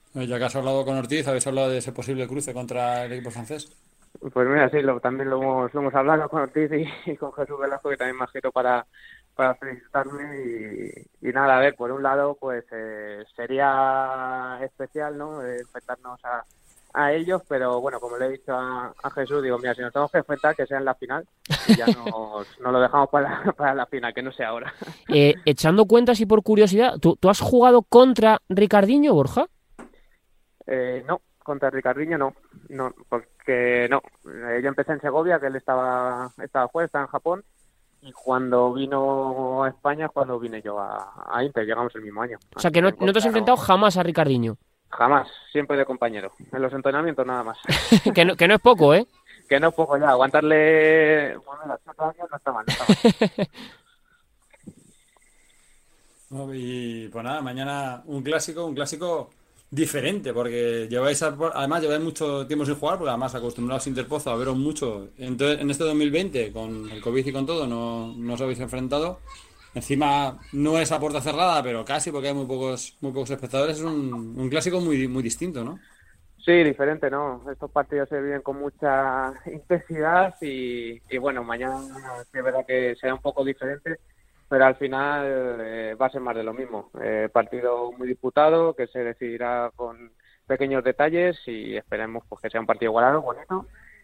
Ya que has hablado con Ortiz, ¿habéis hablado de ese posible cruce contra el equipo francés? Pues mira, sí, también lo hemos hablado con Ortiz y con Jesús Velasco, que también me ha escrito para felicitarme y nada, a ver, por un lado, pues sería especial, ¿no? Enfrentarnos a ellos, pero bueno, como le he dicho a Jesús, digo, mira, si nos tenemos que enfrentar, que sea en la final, y ya nos lo dejamos para la final, que no sea ahora. Echando cuentas y por curiosidad, ¿tú has jugado contra Ricardinho, Borja? No, contra Ricardinho no, porque no. Yo empecé en Segovia, que él estaba fuera, estaba en Japón, y cuando vino a España es cuando vine yo a Inter, llegamos el mismo año. O sea, que no te has enfrentado jamás a Ricardinho. Jamás, siempre de compañero, en los entrenamientos nada más. que no es poco, ¿eh? Que no es poco ya, aguantarle, bueno, las 8 años no está mal. Y pues nada, mañana un clásico diferente, porque además lleváis mucho tiempo sin jugar, porque además acostumbrados a Interpozo a veros mucho. Entonces, en este 2020, con el COVID y con todo, no os habéis enfrentado. Encima no es a puerta cerrada, pero casi, porque hay muy pocos espectadores. Es un clásico muy, muy distinto, ¿no? Sí, diferente, ¿no? Estos partidos se viven con mucha intensidad y bueno, mañana es verdad que será un poco diferente, pero al final va a ser más de lo mismo. Partido muy disputado, que se decidirá con pequeños detalles y esperemos pues, que sea un partido igualado, bonito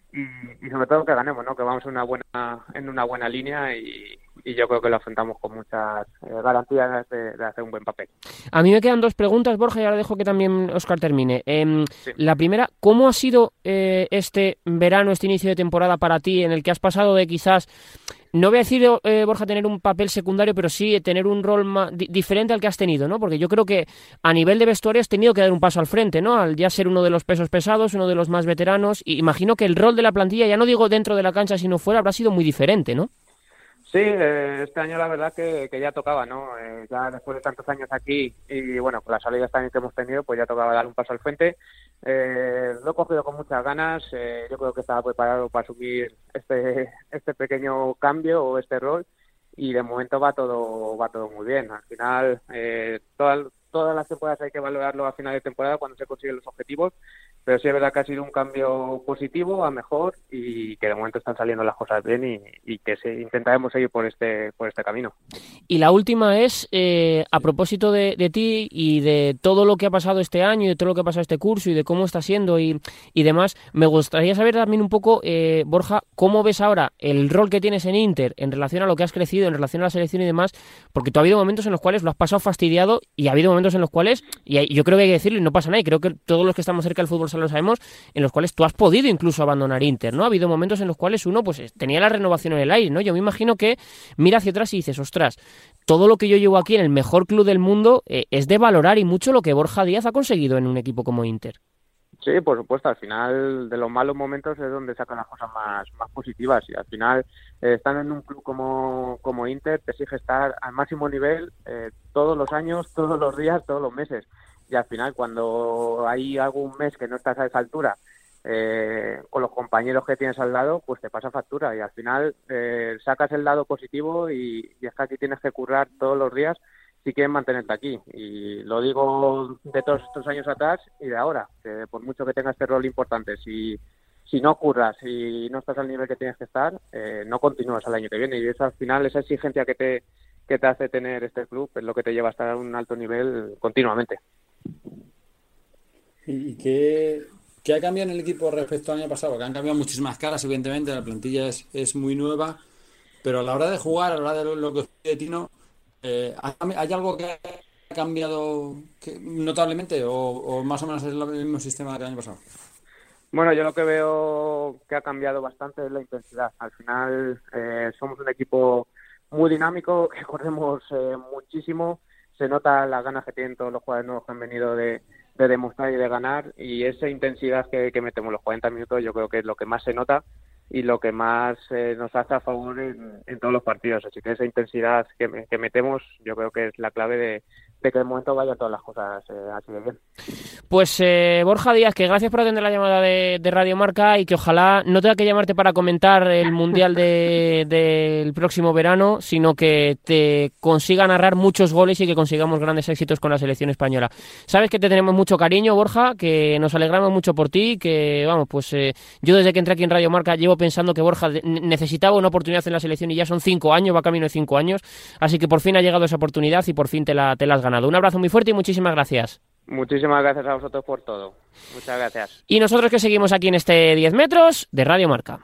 y sobre todo que ganemos, ¿no? Que vamos en una buena línea y yo creo que lo afrontamos con muchas garantías de hacer un buen papel. A mí me quedan 2 preguntas, Borja, y ahora dejo que también Óscar termine. Sí. La primera, ¿cómo ha sido este verano, este inicio de temporada para ti, en el que has pasado de quizás, no voy a decir, Borja, tener un papel secundario, pero sí tener un rol diferente al que has tenido, ¿no? Porque yo creo que a nivel de vestuario has tenido que dar un paso al frente, ¿no? Al ya ser uno de los pesos pesados, uno de los más veteranos, y imagino que el rol de la plantilla, ya no digo dentro de la cancha, sino fuera, habrá sido muy diferente, ¿no? Sí, este año la verdad que ya tocaba, ¿no? Ya después de tantos años aquí y bueno, con las salidas también que hemos tenido, pues ya tocaba dar un paso al frente. Lo he cogido con muchas ganas, yo creo que estaba preparado para asumir este pequeño cambio o este rol y de momento va todo muy bien. Al final, todas las temporadas hay que valorarlo a final de temporada cuando se consiguen los objetivos, pero sí es verdad que ha sido un cambio positivo a mejor y que de momento están saliendo las cosas bien y que intentaremos seguir por este camino. Y la última es, a propósito de ti y de todo lo que ha pasado este año y de todo lo que ha pasado este curso y de cómo está siendo y demás, me gustaría saber también un poco, Borja, cómo ves ahora el rol que tienes en Inter en relación a lo que has crecido, en relación a la selección y demás, porque tú ha habido momentos en los cuales lo has pasado fastidiado y ha habido momentos en los cuales, y yo creo que hay que decirlo y no pasa nada, y creo que todos los que estamos cerca del fútbol lo sabemos, en los cuales tú has podido incluso abandonar Inter, ¿no? Ha habido momentos en los cuales uno pues tenía la renovación en el aire, ¿no? Yo me imagino que mira hacia atrás y dices, ostras, todo lo que yo llevo aquí en el mejor club del mundo es de valorar y mucho lo que Borja Díaz ha conseguido en un equipo como Inter. Sí, por supuesto, al final de los malos momentos es donde sacan las cosas más positivas y al final estando en un club como Inter te exige estar al máximo nivel todos los años, todos los días, todos los meses y al final cuando hay algún mes que no estás a esa altura con los compañeros que tienes al lado, pues te pasa factura y al final sacas el lado positivo y es que aquí tienes que currar todos los días si quieren mantenerte aquí. Y lo digo de todos estos años atrás y de ahora, que por mucho que tengas este rol importante, si no curras y no estás al nivel que tienes que estar, no continúas al año que viene. Y eso al final, esa exigencia que te hace tener este club es lo que te lleva a estar a un alto nivel continuamente. ¿Y qué ha cambiado en el equipo respecto al año pasado? Porque han cambiado muchísimas caras, evidentemente, la plantilla es muy nueva, pero a la hora de jugar, a la hora de lo que de Tino, ¿hay algo que ha cambiado notablemente o más o menos es el mismo sistema que el año pasado? Bueno, yo lo que veo que ha cambiado bastante es la intensidad. Al final somos un equipo muy dinámico, que corremos muchísimo, se nota las ganas que tienen todos los jugadores nuevos que han venido de demostrar y de ganar y esa intensidad que metemos los 40 minutos yo creo que es lo que más se nota y lo que más nos hace a favor en todos los partidos. Así que esa intensidad que metemos yo creo que es la clave que de momento vayan todas las cosas así de bien. Pues Borja Díaz, que gracias por atender la llamada de Radio Marca y que ojalá no tenga que llamarte para comentar el Mundial del próximo verano, sino que te consiga narrar muchos goles y que consigamos grandes éxitos con la selección española. Sabes que te tenemos mucho cariño, Borja, que nos alegramos mucho por ti, que vamos, pues yo desde que entré aquí en Radio Marca llevo pensando que Borja necesitaba una oportunidad en la selección y ya son 5 años, va camino de 5 años, así que por fin ha llegado esa oportunidad y por fin te la has ganado. Un abrazo muy fuerte y muchísimas gracias. Muchísimas gracias a vosotros por todo. Muchas gracias. Y nosotros que seguimos aquí en este 10 metros de Radio Marca.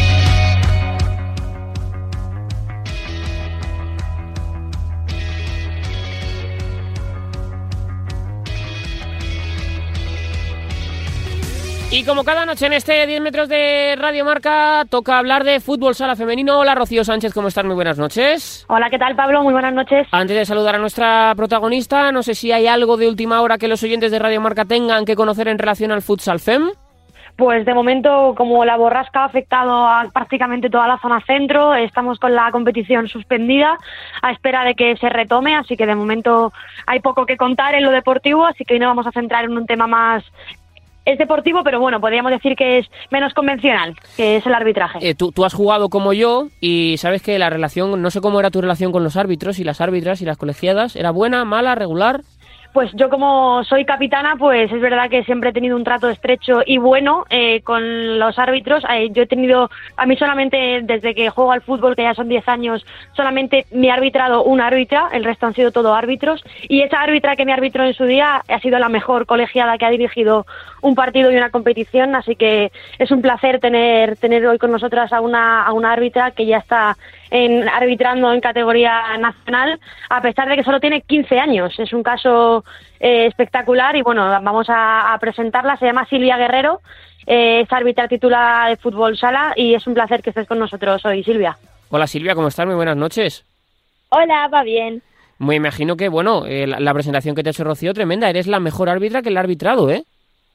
Y como cada noche en este 10 metros de Radio Marca toca hablar de fútbol sala femenino. Hola Rocío Sánchez, ¿cómo estás? Muy buenas noches. Hola, ¿qué tal Pablo? Muy buenas noches. Antes de saludar a nuestra protagonista, no sé si hay algo de última hora que los oyentes de Radio Marca tengan que conocer en relación al futsal fem. Pues de momento, como la borrasca ha afectado a prácticamente toda la zona centro, estamos con la competición suspendida a espera de que se retome, así que de momento hay poco que contar en lo deportivo, así que hoy nos vamos a centrar en un tema más... Es deportivo, pero bueno, podríamos decir que es menos convencional, que es el arbitraje. Tú has jugado como yo y sabes que la relación, no sé cómo era tu relación con los árbitros y las árbitras y las colegiadas, ¿era buena, mala, regular? Pues yo como soy capitana, pues es verdad que siempre he tenido un trato estrecho y bueno con los árbitros. Yo he tenido, a mí solamente desde que juego al fútbol, que ya son 10 años, solamente me ha arbitrado una árbitra, el resto han sido todo árbitros. Y esa árbitra que me arbitró en su día ha sido la mejor colegiada que ha dirigido un partido y una competición, así que es un placer tener hoy con nosotras a una árbitra que ya está arbitrando en categoría nacional, a pesar de que solo tiene 15 años. Es un caso espectacular y bueno, vamos a presentarla. Se llama Silvia Guerrero, es árbitra titular de fútbol sala y es un placer que estés con nosotros hoy, Silvia. Hola Silvia, ¿cómo estás? Muy buenas noches. Hola, va bien. Me imagino que, bueno, la presentación que te ha hecho Rocío, tremenda. Eres la mejor árbitra que le ha arbitrado, ¿eh?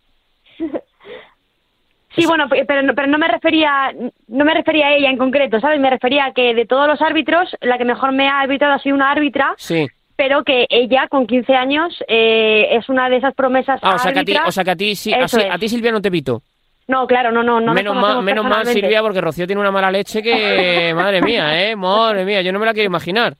Sí, bueno, pero no me refería a ella en concreto, ¿sabes? Me refería a que de todos los árbitros, la que mejor me ha arbitrado ha sido una árbitra, sí, pero que ella, con 15 años, es una de esas promesas árbitras. O sea que a ti, sí, a ti Silvia no te pito. No, claro, no. Menos mal, Silvia, porque Rocío tiene una mala leche que, madre mía, yo no me la quiero imaginar.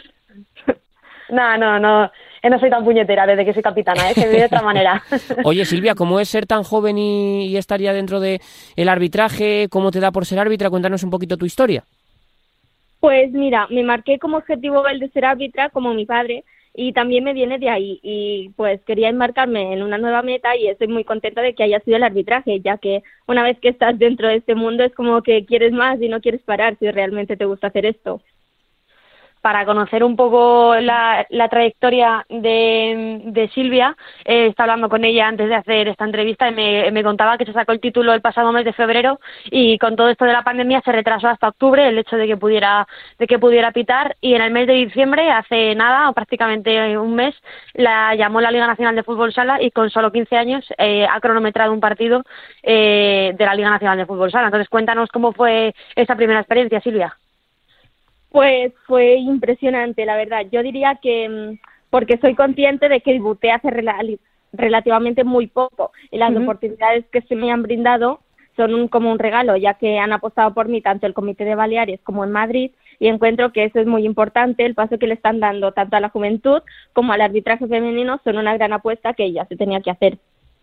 No. No soy tan puñetera desde que soy capitana, se vive de otra manera. Oye, Silvia, ¿cómo es ser tan joven y estar ya dentro del arbitraje? ¿Cómo te da por ser árbitra? Cuéntanos un poquito tu historia. Pues mira, me marqué como objetivo el de ser árbitra, como mi padre, y también me viene de ahí. Y pues quería enmarcarme en una nueva meta y estoy muy contenta de que haya sido el arbitraje, ya que una vez que estás dentro de este mundo es como que quieres más y no quieres parar si realmente te gusta hacer esto. Para conocer un poco la trayectoria de Silvia, estaba hablando con ella antes de hacer esta entrevista y me contaba que se sacó el título el pasado mes de febrero y con todo esto de la pandemia se retrasó hasta octubre el hecho de que pudiera pitar, y en el mes de diciembre, hace nada o prácticamente un mes, la llamó la Liga Nacional de Fútbol Sala y con solo 15 años ha cronometrado un partido de la Liga Nacional de Fútbol Sala. Entonces cuéntanos cómo fue esa primera experiencia, Silvia. Pues fue impresionante, la verdad. Yo diría que, porque soy consciente de que debuté hace relativamente muy poco y las oportunidades que se me han brindado son como un regalo, ya que han apostado por mí tanto el Comité de Baleares como en Madrid, y encuentro que eso es muy importante. El paso que le están dando tanto a la juventud como al arbitraje femenino son una gran apuesta que ya se tenía que hacer.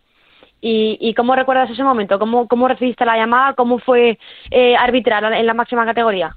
¿Y cómo recuerdas ese momento? ¿Cómo recibiste la llamada? ¿Cómo fue arbitrar en la máxima categoría?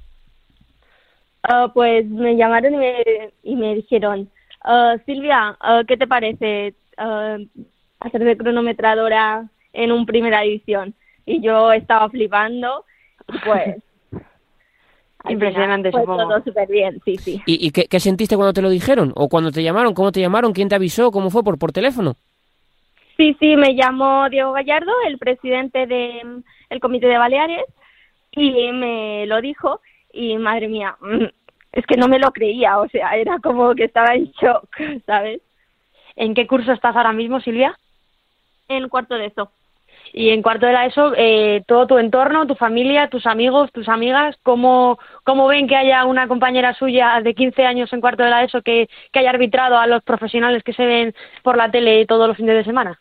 Pues me llamaron y me dijeron, Silvia, ¿qué te parece hacer de cronometradora en un primera división? Y yo estaba flipando y pues... Impresionante, fue supongo. todo súper bien, sí. ¿Y qué sentiste cuando te lo dijeron? ¿O cuando te llamaron? ¿Cómo te llamaron? ¿Quién te avisó? ¿Cómo fue? ¿Por teléfono? Sí, me llamó Diego Gallardo, el presidente del Comité de Baleares, y me lo dijo. Y madre mía, es que no me lo creía, o sea, era como que estaba en shock, ¿sabes? ¿En qué curso estás ahora mismo, Silvia? En cuarto de ESO. Y en cuarto de la ESO, todo tu entorno, tu familia, tus amigos, tus amigas, ¿cómo ven que haya una compañera suya de 15 años en cuarto de la ESO que haya arbitrado a los profesionales que se ven por la tele todos los fines de semana?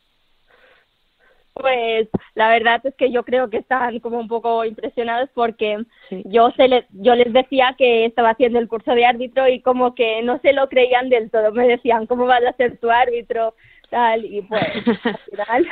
Pues la verdad es que yo creo que están como un poco impresionados porque yo les decía que estaba haciendo el curso de árbitro y como que no se lo creían del todo. Me decían, ¿cómo vas a ser tu árbitro? Tal, y pues al final...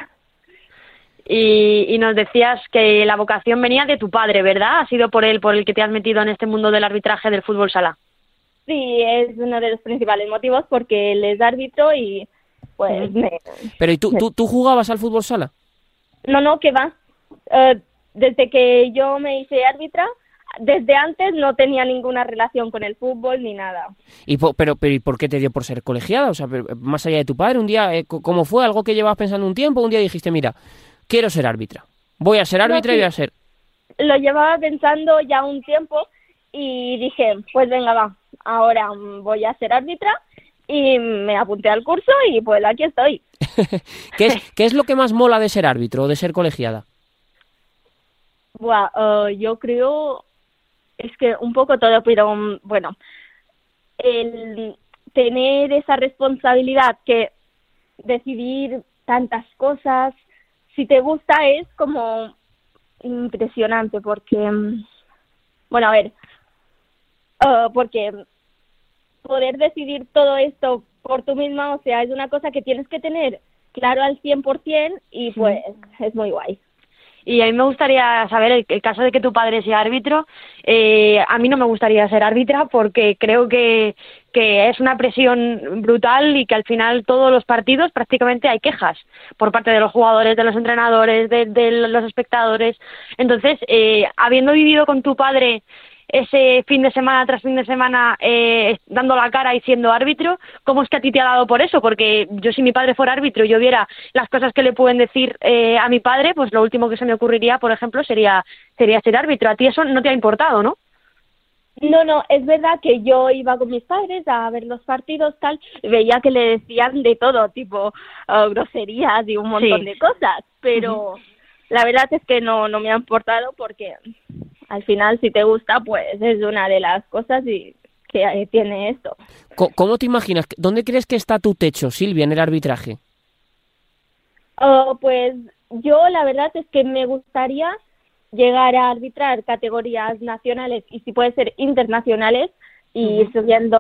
Y nos decías que la vocación venía de tu padre, ¿verdad? ¿Ha sido por él por el que te has metido en este mundo del arbitraje del fútbol sala? Sí, es uno de los principales motivos porque él es árbitro y pues... Pero ¿y tú jugabas al fútbol sala? No, que va. Desde que yo me hice árbitra, desde antes no tenía ninguna relación con el fútbol ni nada. Pero ¿y por qué te dio por ser colegiada? O sea, más allá de tu padre, un día, ¿cómo fue? ¿Algo que llevabas pensando un tiempo? Un día dijiste, mira, quiero ser árbitra. Voy a ser árbitra y voy a ser... Lo llevaba pensando ya un tiempo y dije, pues venga, va, ahora voy a ser árbitra. Y me apunté al curso y pues aquí estoy. ¿Qué es lo que más mola de ser árbitro o de ser colegiada? Yo creo, es que un poco todo, pero bueno, el tener esa responsabilidad que decidir tantas cosas, si te gusta es como impresionante porque, bueno, a ver, porque... poder decidir todo esto por tú misma, o sea, es una cosa que tienes que tener claro al 100% y pues es muy guay. Y a mí me gustaría saber, el caso de que tu padre sea árbitro, a mí no me gustaría ser árbitra porque creo que es una presión brutal y que al final todos los partidos prácticamente hay quejas por parte de los jugadores, de los entrenadores, de los espectadores. Entonces, habiendo vivido con tu padre ese fin de semana tras fin de semana dando la cara y siendo árbitro, ¿cómo es que a ti te ha dado por eso? Porque yo, si mi padre fuera árbitro y yo viera las cosas que le pueden decir a mi padre, pues lo último que se me ocurriría, por ejemplo, sería ser árbitro. A ti eso no te ha importado, ¿no? No, es verdad que yo iba con mis padres a ver los partidos, tal, y veía que le decían de todo, tipo groserías y un montón de cosas, pero la verdad es que no me ha importado porque... al final, si te gusta, pues es una de las cosas que tiene esto. ¿Cómo te imaginas? ¿Dónde crees que está tu techo, Silvia, en el arbitraje? Pues yo la verdad es que me gustaría llegar a arbitrar categorías nacionales y si puede ser internacionales y ir subiendo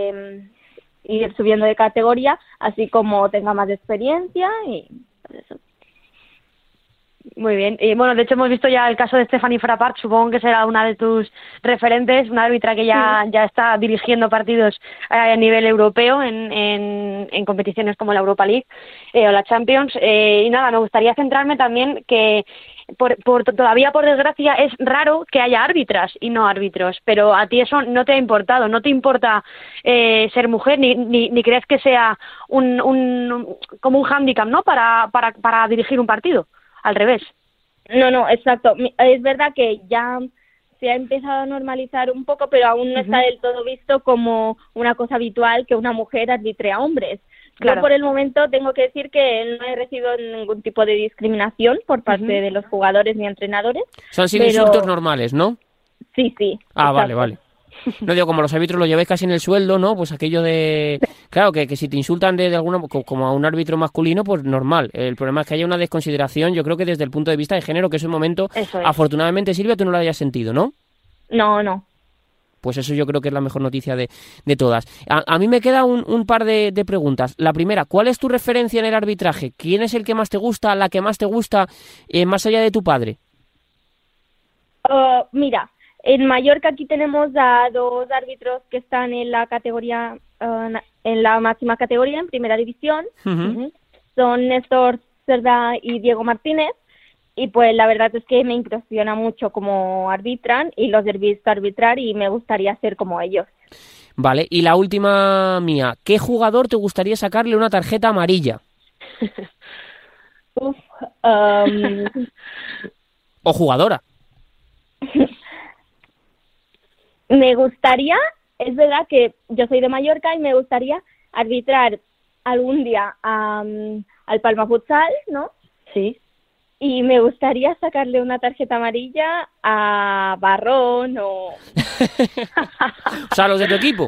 de categoría, así como tenga más experiencia y pues eso. Muy bien. Y bueno, de hecho hemos visto ya el caso de Stephanie Frappart, supongo que será una de tus referentes, una árbitra que ya está dirigiendo partidos a nivel europeo en competiciones como la Europa League o la Champions. Y nada, me gustaría centrarme también que todavía por desgracia es raro que haya árbitras y no árbitros, pero a ti eso no te ha importado, no te importa ser mujer ni crees que sea como un hándicap, ¿no? Para dirigir un partido. Al revés. No, exacto. Es verdad que ya se ha empezado a normalizar un poco, pero aún no está del todo visto como una cosa habitual que una mujer arbitre a hombres. Claro. Yo por el momento tengo que decir que no he recibido ningún tipo de discriminación por parte de los jugadores ni entrenadores. Son sin insultos normales, ¿no? Sí. Ah, exacto. Vale. No digo, como los árbitros lo lleváis casi en el sueldo, ¿no? Pues aquello de... Claro, que si te insultan de alguna... como a un árbitro masculino, pues normal. El problema es que haya una desconsideración, yo creo que desde el punto de vista de género, que es un momento... Eso es. Afortunadamente, Silvia, tú no lo hayas sentido, ¿no? No. Pues eso yo creo que es la mejor noticia de todas. A mí me queda un par de preguntas. La primera, ¿cuál es tu referencia en el arbitraje? ¿Quién es el que más te gusta, la que más te gusta, más allá de tu padre? Mira... En Mallorca aquí tenemos a dos árbitros que están en la categoría, en la máxima categoría, en primera división. Son Néstor Cerda y Diego Martínez. Y pues la verdad es que me impresiona mucho cómo arbitran y los he visto arbitrar y me gustaría ser como ellos. Vale, y la última mía. ¿Qué jugador te gustaría sacarle una tarjeta amarilla? O jugadora. Me gustaría, es verdad que yo soy de Mallorca y me gustaría arbitrar algún día al Palma Futsal, ¿no? Sí. y me gustaría sacarle una tarjeta amarilla a Barrón o... O sea, los de tu equipo.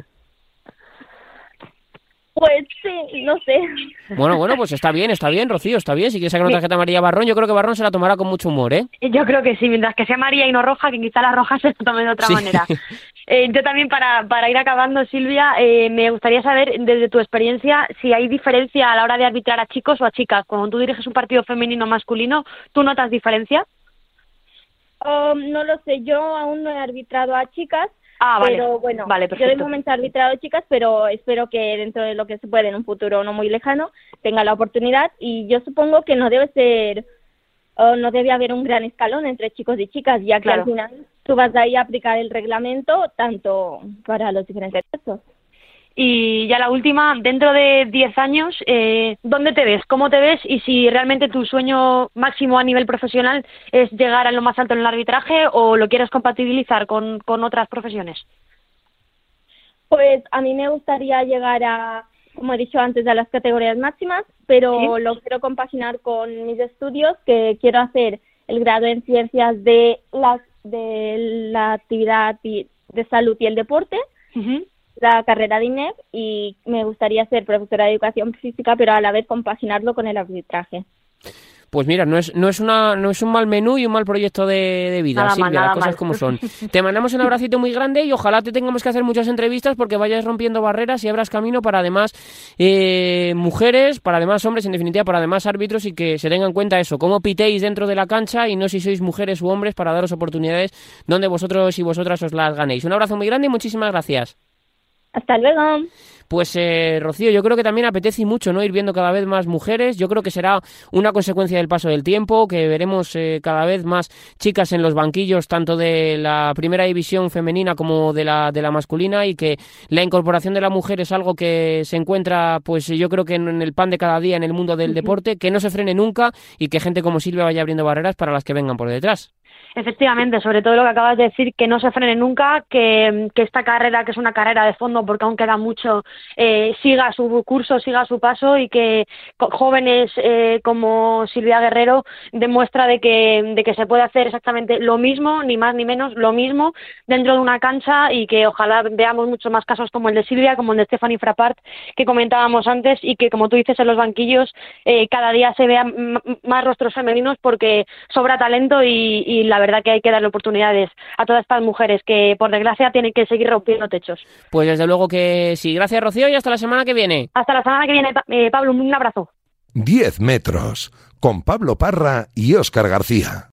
Pues sí, no sé. Bueno, pues está bien, Rocío, está bien. Si quieres sacar una tarjeta amarilla a Barrón, yo creo que Barrón se la tomará con mucho humor, ¿eh? Yo creo que sí, mientras que sea amarilla y no roja, que quizá la roja se la tome de otra manera. Yo también, para ir acabando, Silvia, me gustaría saber, desde tu experiencia, si hay diferencia a la hora de arbitrar a chicos o a chicas. Cuando tú diriges un partido femenino o masculino, ¿tú notas diferencia? No lo sé, yo aún no he arbitrado a chicas. Vale. Pero bueno, vale, yo de momento he arbitrado chicas, pero espero que dentro de lo que se puede en un futuro no muy lejano tenga la oportunidad, y yo supongo que no debe haber un gran escalón entre chicos y chicas, ya que claro, al final tú vas de ahí a aplicar el reglamento tanto para los diferentes sexos. Y ya la última, dentro de 10 años, ¿dónde te ves? ¿Cómo te ves? Y si realmente tu sueño máximo a nivel profesional es llegar a lo más alto en el arbitraje, o lo quieres compatibilizar con otras profesiones. Pues a mí me gustaría llegar a, como he dicho antes, a las categorías máximas, pero ¿sí? Lo quiero compaginar con mis estudios, que quiero hacer el grado en ciencias de la actividad de salud y el deporte. Uh-huh. La carrera de INEF, y me gustaría ser profesora de educación física, pero a la vez compaginarlo con el arbitraje. Pues mira, no es un mal menú y un mal proyecto de vida, nada Silvia, mal, las cosas mal. como son. Te mandamos un abracito muy grande y ojalá te tengamos que hacer muchas entrevistas porque vayas rompiendo barreras y abras camino para además mujeres, para además hombres, en definitiva, para además árbitros, y que se tengan en cuenta eso, cómo pitéis dentro de la cancha y no si sois mujeres u hombres, para daros oportunidades donde vosotros y vosotras os las ganéis. Un abrazo muy grande y muchísimas gracias. Hasta luego. Pues Rocío, yo creo que también apetece mucho, ¿no?, ir viendo cada vez más mujeres. Yo creo que será una consecuencia del paso del tiempo, que veremos cada vez más chicas en los banquillos, tanto de la primera división femenina como de la masculina, y que la incorporación de la mujer es algo que se encuentra, pues yo creo que en el pan de cada día en el mundo del deporte, que no se frene nunca y que gente como Silvia vaya abriendo barreras para las que vengan por detrás. Efectivamente, sobre todo lo que acabas de decir, que no se frene nunca, que esta carrera, que es una carrera de fondo porque aún queda mucho, siga su curso, siga su paso, y que jóvenes como Silvia Guerrero demuestra de que se puede hacer exactamente lo mismo, ni más ni menos, lo mismo dentro de una cancha, y que ojalá veamos muchos más casos como el de Silvia, como el de Stephanie Frappart, que comentábamos antes, y que, como tú dices, en los banquillos cada día se vean más rostros femeninos, porque sobra talento, y la verdad que hay que darle oportunidades a todas estas mujeres que, por desgracia, tienen que seguir rompiendo techos. Pues desde luego que sí. Gracias, Rocío, y hasta la semana que viene. Hasta la semana que viene, Pablo, un abrazo. 10 metros, con Pablo Parra y Óscar García.